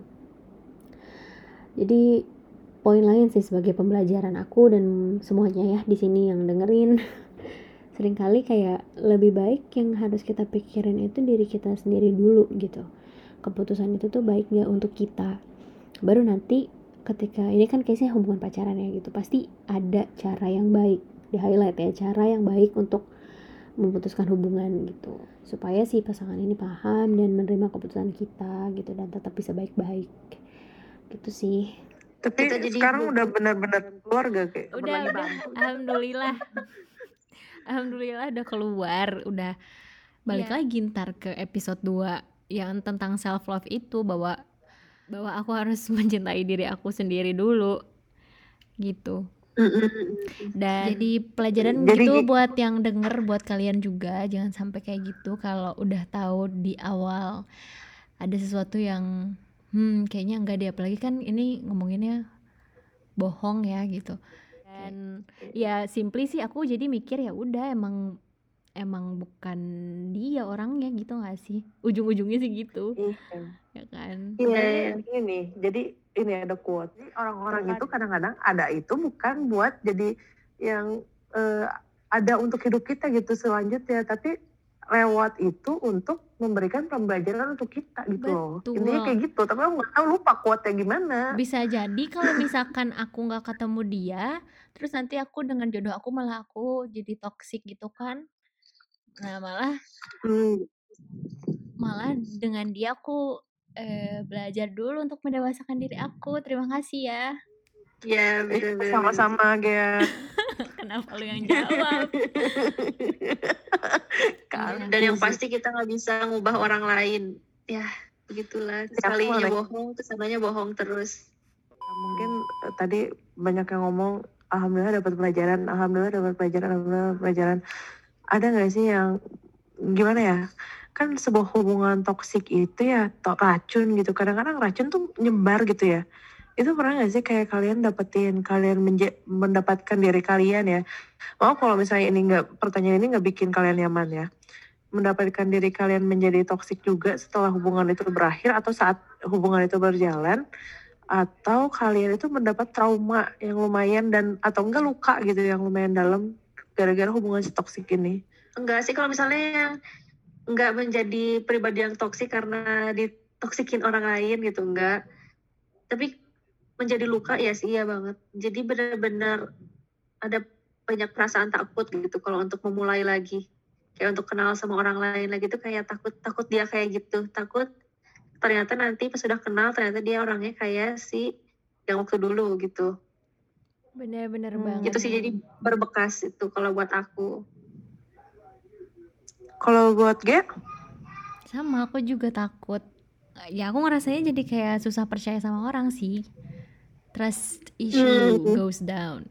Jadi poin lain sih sebagai pembelajaran aku dan semuanya ya di sini yang dengerin, seringkali kayak lebih baik yang harus kita pikirin itu diri kita sendiri dulu gitu. Keputusan itu tuh baik gak untuk kita, baru nanti ketika ini kan case-nya hubungan pacaran ya gitu, pasti ada cara yang baik, di highlight ya, cara yang baik untuk memutuskan hubungan gitu, supaya si pasangan ini paham dan menerima keputusan kita gitu, dan tetap bisa baik-baik gitu sih. Tapi Kita jadi sekarang udah benar-benar keluarga kayak Udah, alhamdulillah. Alhamdulillah udah keluar, udah balik lagi ntar ke episode 2 yang tentang self love itu, bahwa aku harus mencintai diri aku sendiri dulu gitu. Dan jadi pelajaran gitu buat yang denger, buat kalian juga, jangan sampai kayak gitu. Kalau udah tahu di awal ada sesuatu yang kayaknya enggak deh, apalagi kan ini ngomonginnya bohong ya gitu. Dan ya simply sih aku jadi mikir ya udah emang bukan dia orangnya gitu gak sih, ujung-ujungnya sih gitu. Ya kan. Iya, ini jadi ini ada quote, orang-orang itu kadang-kadang ada itu bukan buat jadi yang ada untuk hidup kita gitu selanjutnya, tapi lewat itu untuk memberikan pembelajaran untuk kita gitu loh. Intinya kayak gitu, tapi aku nggak tahu, lupa quote-nya gimana. Bisa jadi kalau misalkan aku nggak ketemu dia, terus nanti aku dengan jodoh aku malah aku jadi toksik gitu kan. Nah malah dengan dia aku belajar dulu untuk mendewasakan diri aku. Terima kasih ya. Ya, bener-bener. Sama-sama, Gea. Kenapa lu yang jawab? Dan yang pasti kita nggak bisa ngubah orang lain. Ya, begitulah. Sekalinya bohong, kesananya bohong terus. Mungkin tadi banyak yang ngomong, alhamdulillah dapat pelajaran, alhamdulillah dapat pelajaran. Ada nggak sih yang gimana ya? Kan sebuah hubungan toksik itu ya racun gitu. Kadang-kadang racun tuh nyebar gitu ya. Itu pernah gak sih kayak kalian mendapatkan diri kalian ya, mau kalau misalnya ini pertanyaan ini nggak bikin kalian nyaman ya, mendapatkan diri kalian menjadi toksik juga setelah hubungan itu berakhir atau saat hubungan itu berjalan, atau kalian itu mendapat trauma yang lumayan dan atau enggak luka gitu yang lumayan dalam gara-gara hubungan si toksik ini? Enggak sih, kalau misalnya yang enggak menjadi pribadi yang toksik karena ditoksikin orang lain gitu, enggak. Tapi menjadi luka ya sih, iya banget. Jadi benar-benar ada banyak perasaan takut gitu kalau untuk memulai lagi. Kayak untuk kenal sama orang lain lagi tuh kayak takut dia kayak gitu. Takut ternyata nanti pas sudah kenal ternyata dia orangnya kayak si yang waktu dulu gitu. Bener-bener banget. Itu sih jadi berbekas itu kalau buat aku. Kalau buat Ge? Sama, aku juga takut. Ya aku ngerasanya jadi kayak susah percaya sama orang sih. trust issue goes down.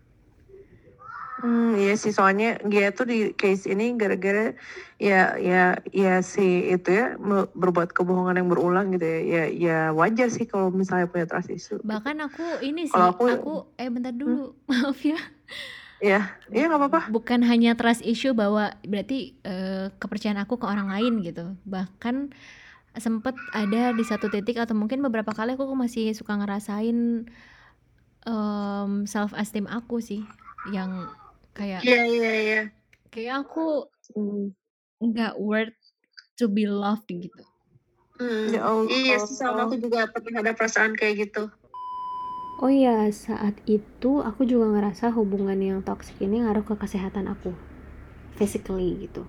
Iya sih, soalnya dia tuh di case ini gara-gara ya si itu ya berbuat kebohongan yang berulang gitu ya. Ya wajar sih kalau misalnya punya trust issue gitu. Bahkan aku ini sih, Kalau aku bentar dulu, maaf ya. Iya nggak apa-apa. Bukan hanya trust issue bahwa berarti kepercayaan aku ke orang lain gitu. Bahkan sempet ada di satu titik atau mungkin beberapa kali aku masih suka ngerasain self esteem aku sih yang kayak Iya. kayak aku nggak worth to be loved gitu. Ya Allah. Iya sih, sama aku juga pernah ada perasaan kayak gitu. Oh iya, saat itu aku juga ngerasa hubungan yang toksik ini ngaruh ke kesehatan aku, physically gitu.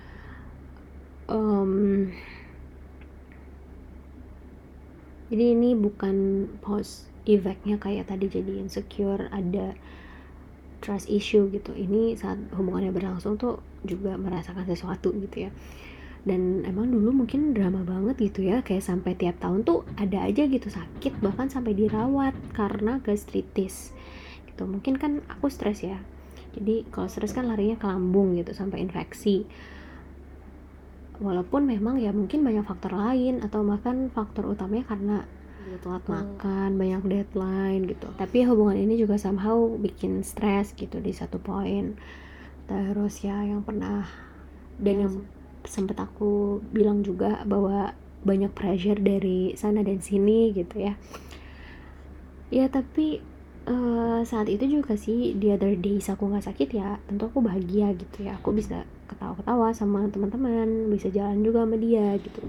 Jadi ini bukan post effect-nya kayak tadi jadi insecure, ada trust issue gitu. Ini saat hubungannya berlangsung tuh juga merasakan sesuatu gitu ya. Dan emang dulu mungkin drama banget gitu ya, kayak sampai tiap tahun tuh ada aja gitu sakit, bahkan sampai dirawat karena gastritis gitu. Mungkin kan aku stres ya, jadi kalau stres kan larinya ke lambung gitu sampai infeksi. Walaupun memang ya mungkin banyak faktor lain atau bahkan faktor utamanya karena telat makan, banyak deadline gitu. Tapi hubungan ini juga somehow bikin stres gitu di satu poin. Terus ya yang pernah dan yang sempet aku bilang juga bahwa banyak pressure dari sana dan sini gitu ya. Ya tapi saat itu juga sih the other days aku nggak sakit ya tentu aku bahagia gitu ya, aku bisa ketawa-ketawa sama teman-teman, bisa jalan juga sama dia gitu.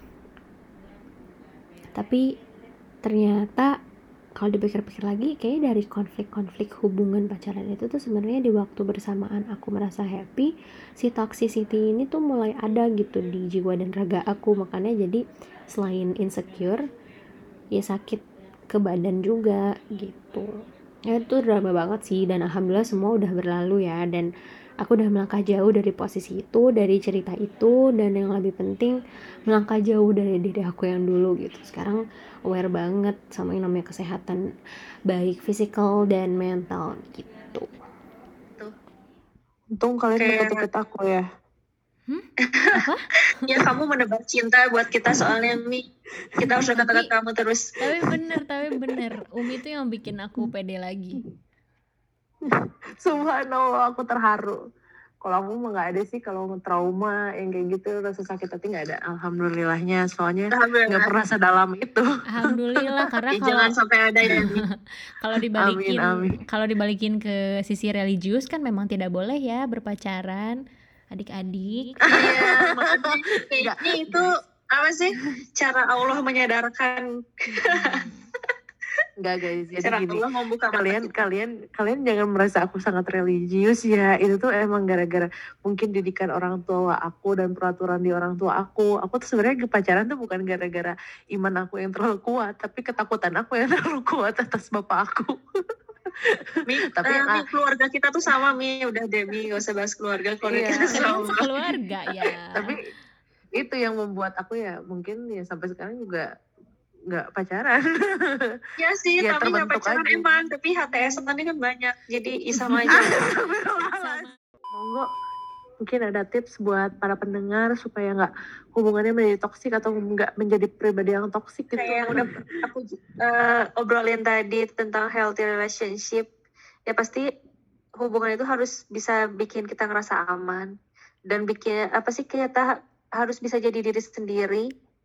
Tapi ternyata kalau dipikir-pikir lagi kayak dari konflik-konflik hubungan pacaran itu tuh sebenarnya di waktu bersamaan aku merasa happy, si toxicity ini tuh mulai ada gitu di jiwa dan raga aku. Makanya jadi selain insecure ya sakit ke badan juga gitu. Ya itu drama banget sih, dan alhamdulillah semua udah berlalu ya, dan aku udah melangkah jauh dari posisi itu, dari cerita itu, dan yang lebih penting melangkah jauh dari diri aku yang dulu gitu. Sekarang aware banget sama yang namanya kesehatan baik fisikal dan mental gitu. Untung kalian deket-deket aku ya. Apa? Ya kamu menebar cinta buat kita soalnya Mi. Kita harus dekat-dekat kamu terus. Tapi bener Umi tuh yang bikin aku pede lagi. Subhanallah, aku terharu. Kalau aku mah nggak ada sih, kalau trauma yang kayak gitu, rasa sakit hati nggak ada. Alhamdulillahnya, soalnya nggak pernah sedalam itu. Alhamdulillah, karena jangan sampai ada ya. Kalau dibalikin ke sisi religius kan memang tidak boleh ya berpacaran adik-adik. Iya, makanya ini itu apa sih cara Allah menyadarkan? Enggak guys, jadi gini, Allah membuka kalian jangan merasa aku sangat religius ya. Itu tuh emang gara-gara mungkin didikan orang tua aku dan peraturan di orang tua aku. Aku tuh sebenarnya pacaran tuh bukan gara-gara iman aku yang terlalu kuat, tapi ketakutan aku yang terlalu kuat atas bapak aku. Tapi keluarga kita tuh sama Mi, udah Demi gak usah bahas keluarga kita sama. Keluarga ya. Tapi itu yang membuat aku ya mungkin ya sampai sekarang juga nggak pacaran. Ya sih, tapi nggak pacaran aja. Emang, tapi HTS tadi kan banyak, jadi sama aja. Monggo, mungkin ada tips buat para pendengar supaya nggak hubungannya menjadi toksik atau nggak menjadi pribadi yang toksik gitu. Kayak yang udah aku obrolin tadi tentang healthy relationship, ya pasti hubungan itu harus bisa bikin kita ngerasa aman dan bikin kita harus bisa jadi diri sendiri.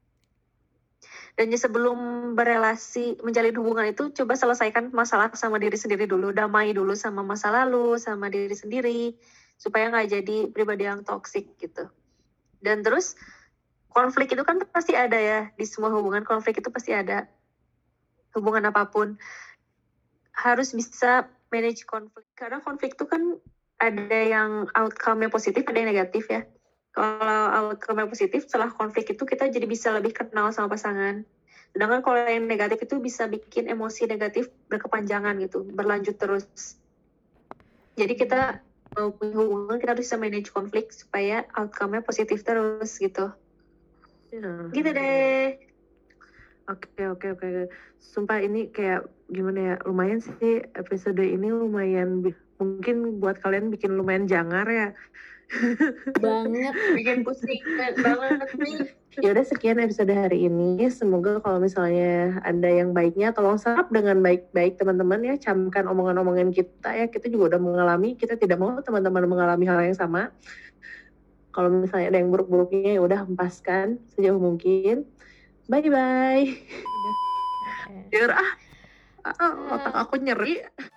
Dan sebelum berelasi, menjalin hubungan itu coba selesaikan masalah sama diri sendiri dulu, damai dulu sama masa lalu, sama diri sendiri, supaya nggak jadi pribadi yang toksik gitu. Dan terus konflik itu kan pasti ada ya, di semua hubungan konflik itu pasti ada. Hubungan apapun harus bisa manage konflik, karena konflik itu kan ada yang outcome-nya positif, ada yang negatif ya. Kalau outcome yang positif setelah konflik itu kita jadi bisa lebih kenal sama pasangan. Sedangkan kalau yang negatif itu bisa bikin emosi negatif berkepanjangan gitu, berlanjut terus. Jadi kita mau punya hubungan, kita harus bisa manage konflik supaya outcome-nya positif terus gitu. Gitu deh. Oke. Sumpah ini kayak gimana ya, lumayan sih episode ini lumayan mungkin buat kalian bikin lumayan jangar ya. Banget. Bikin pusing banget nih. Ya udah sekian episode hari ini. Semoga kalau misalnya ada yang baiknya tolong serap dengan baik-baik teman-teman ya. Camkan omongan-omongan kita ya. Kita juga udah mengalami, kita tidak mau teman-teman mengalami hal yang sama. Kalau misalnya ada yang buruk-buruknya ya udah hempaskan sejauh mungkin. Bye-bye. Udah. Otak aku nyeri.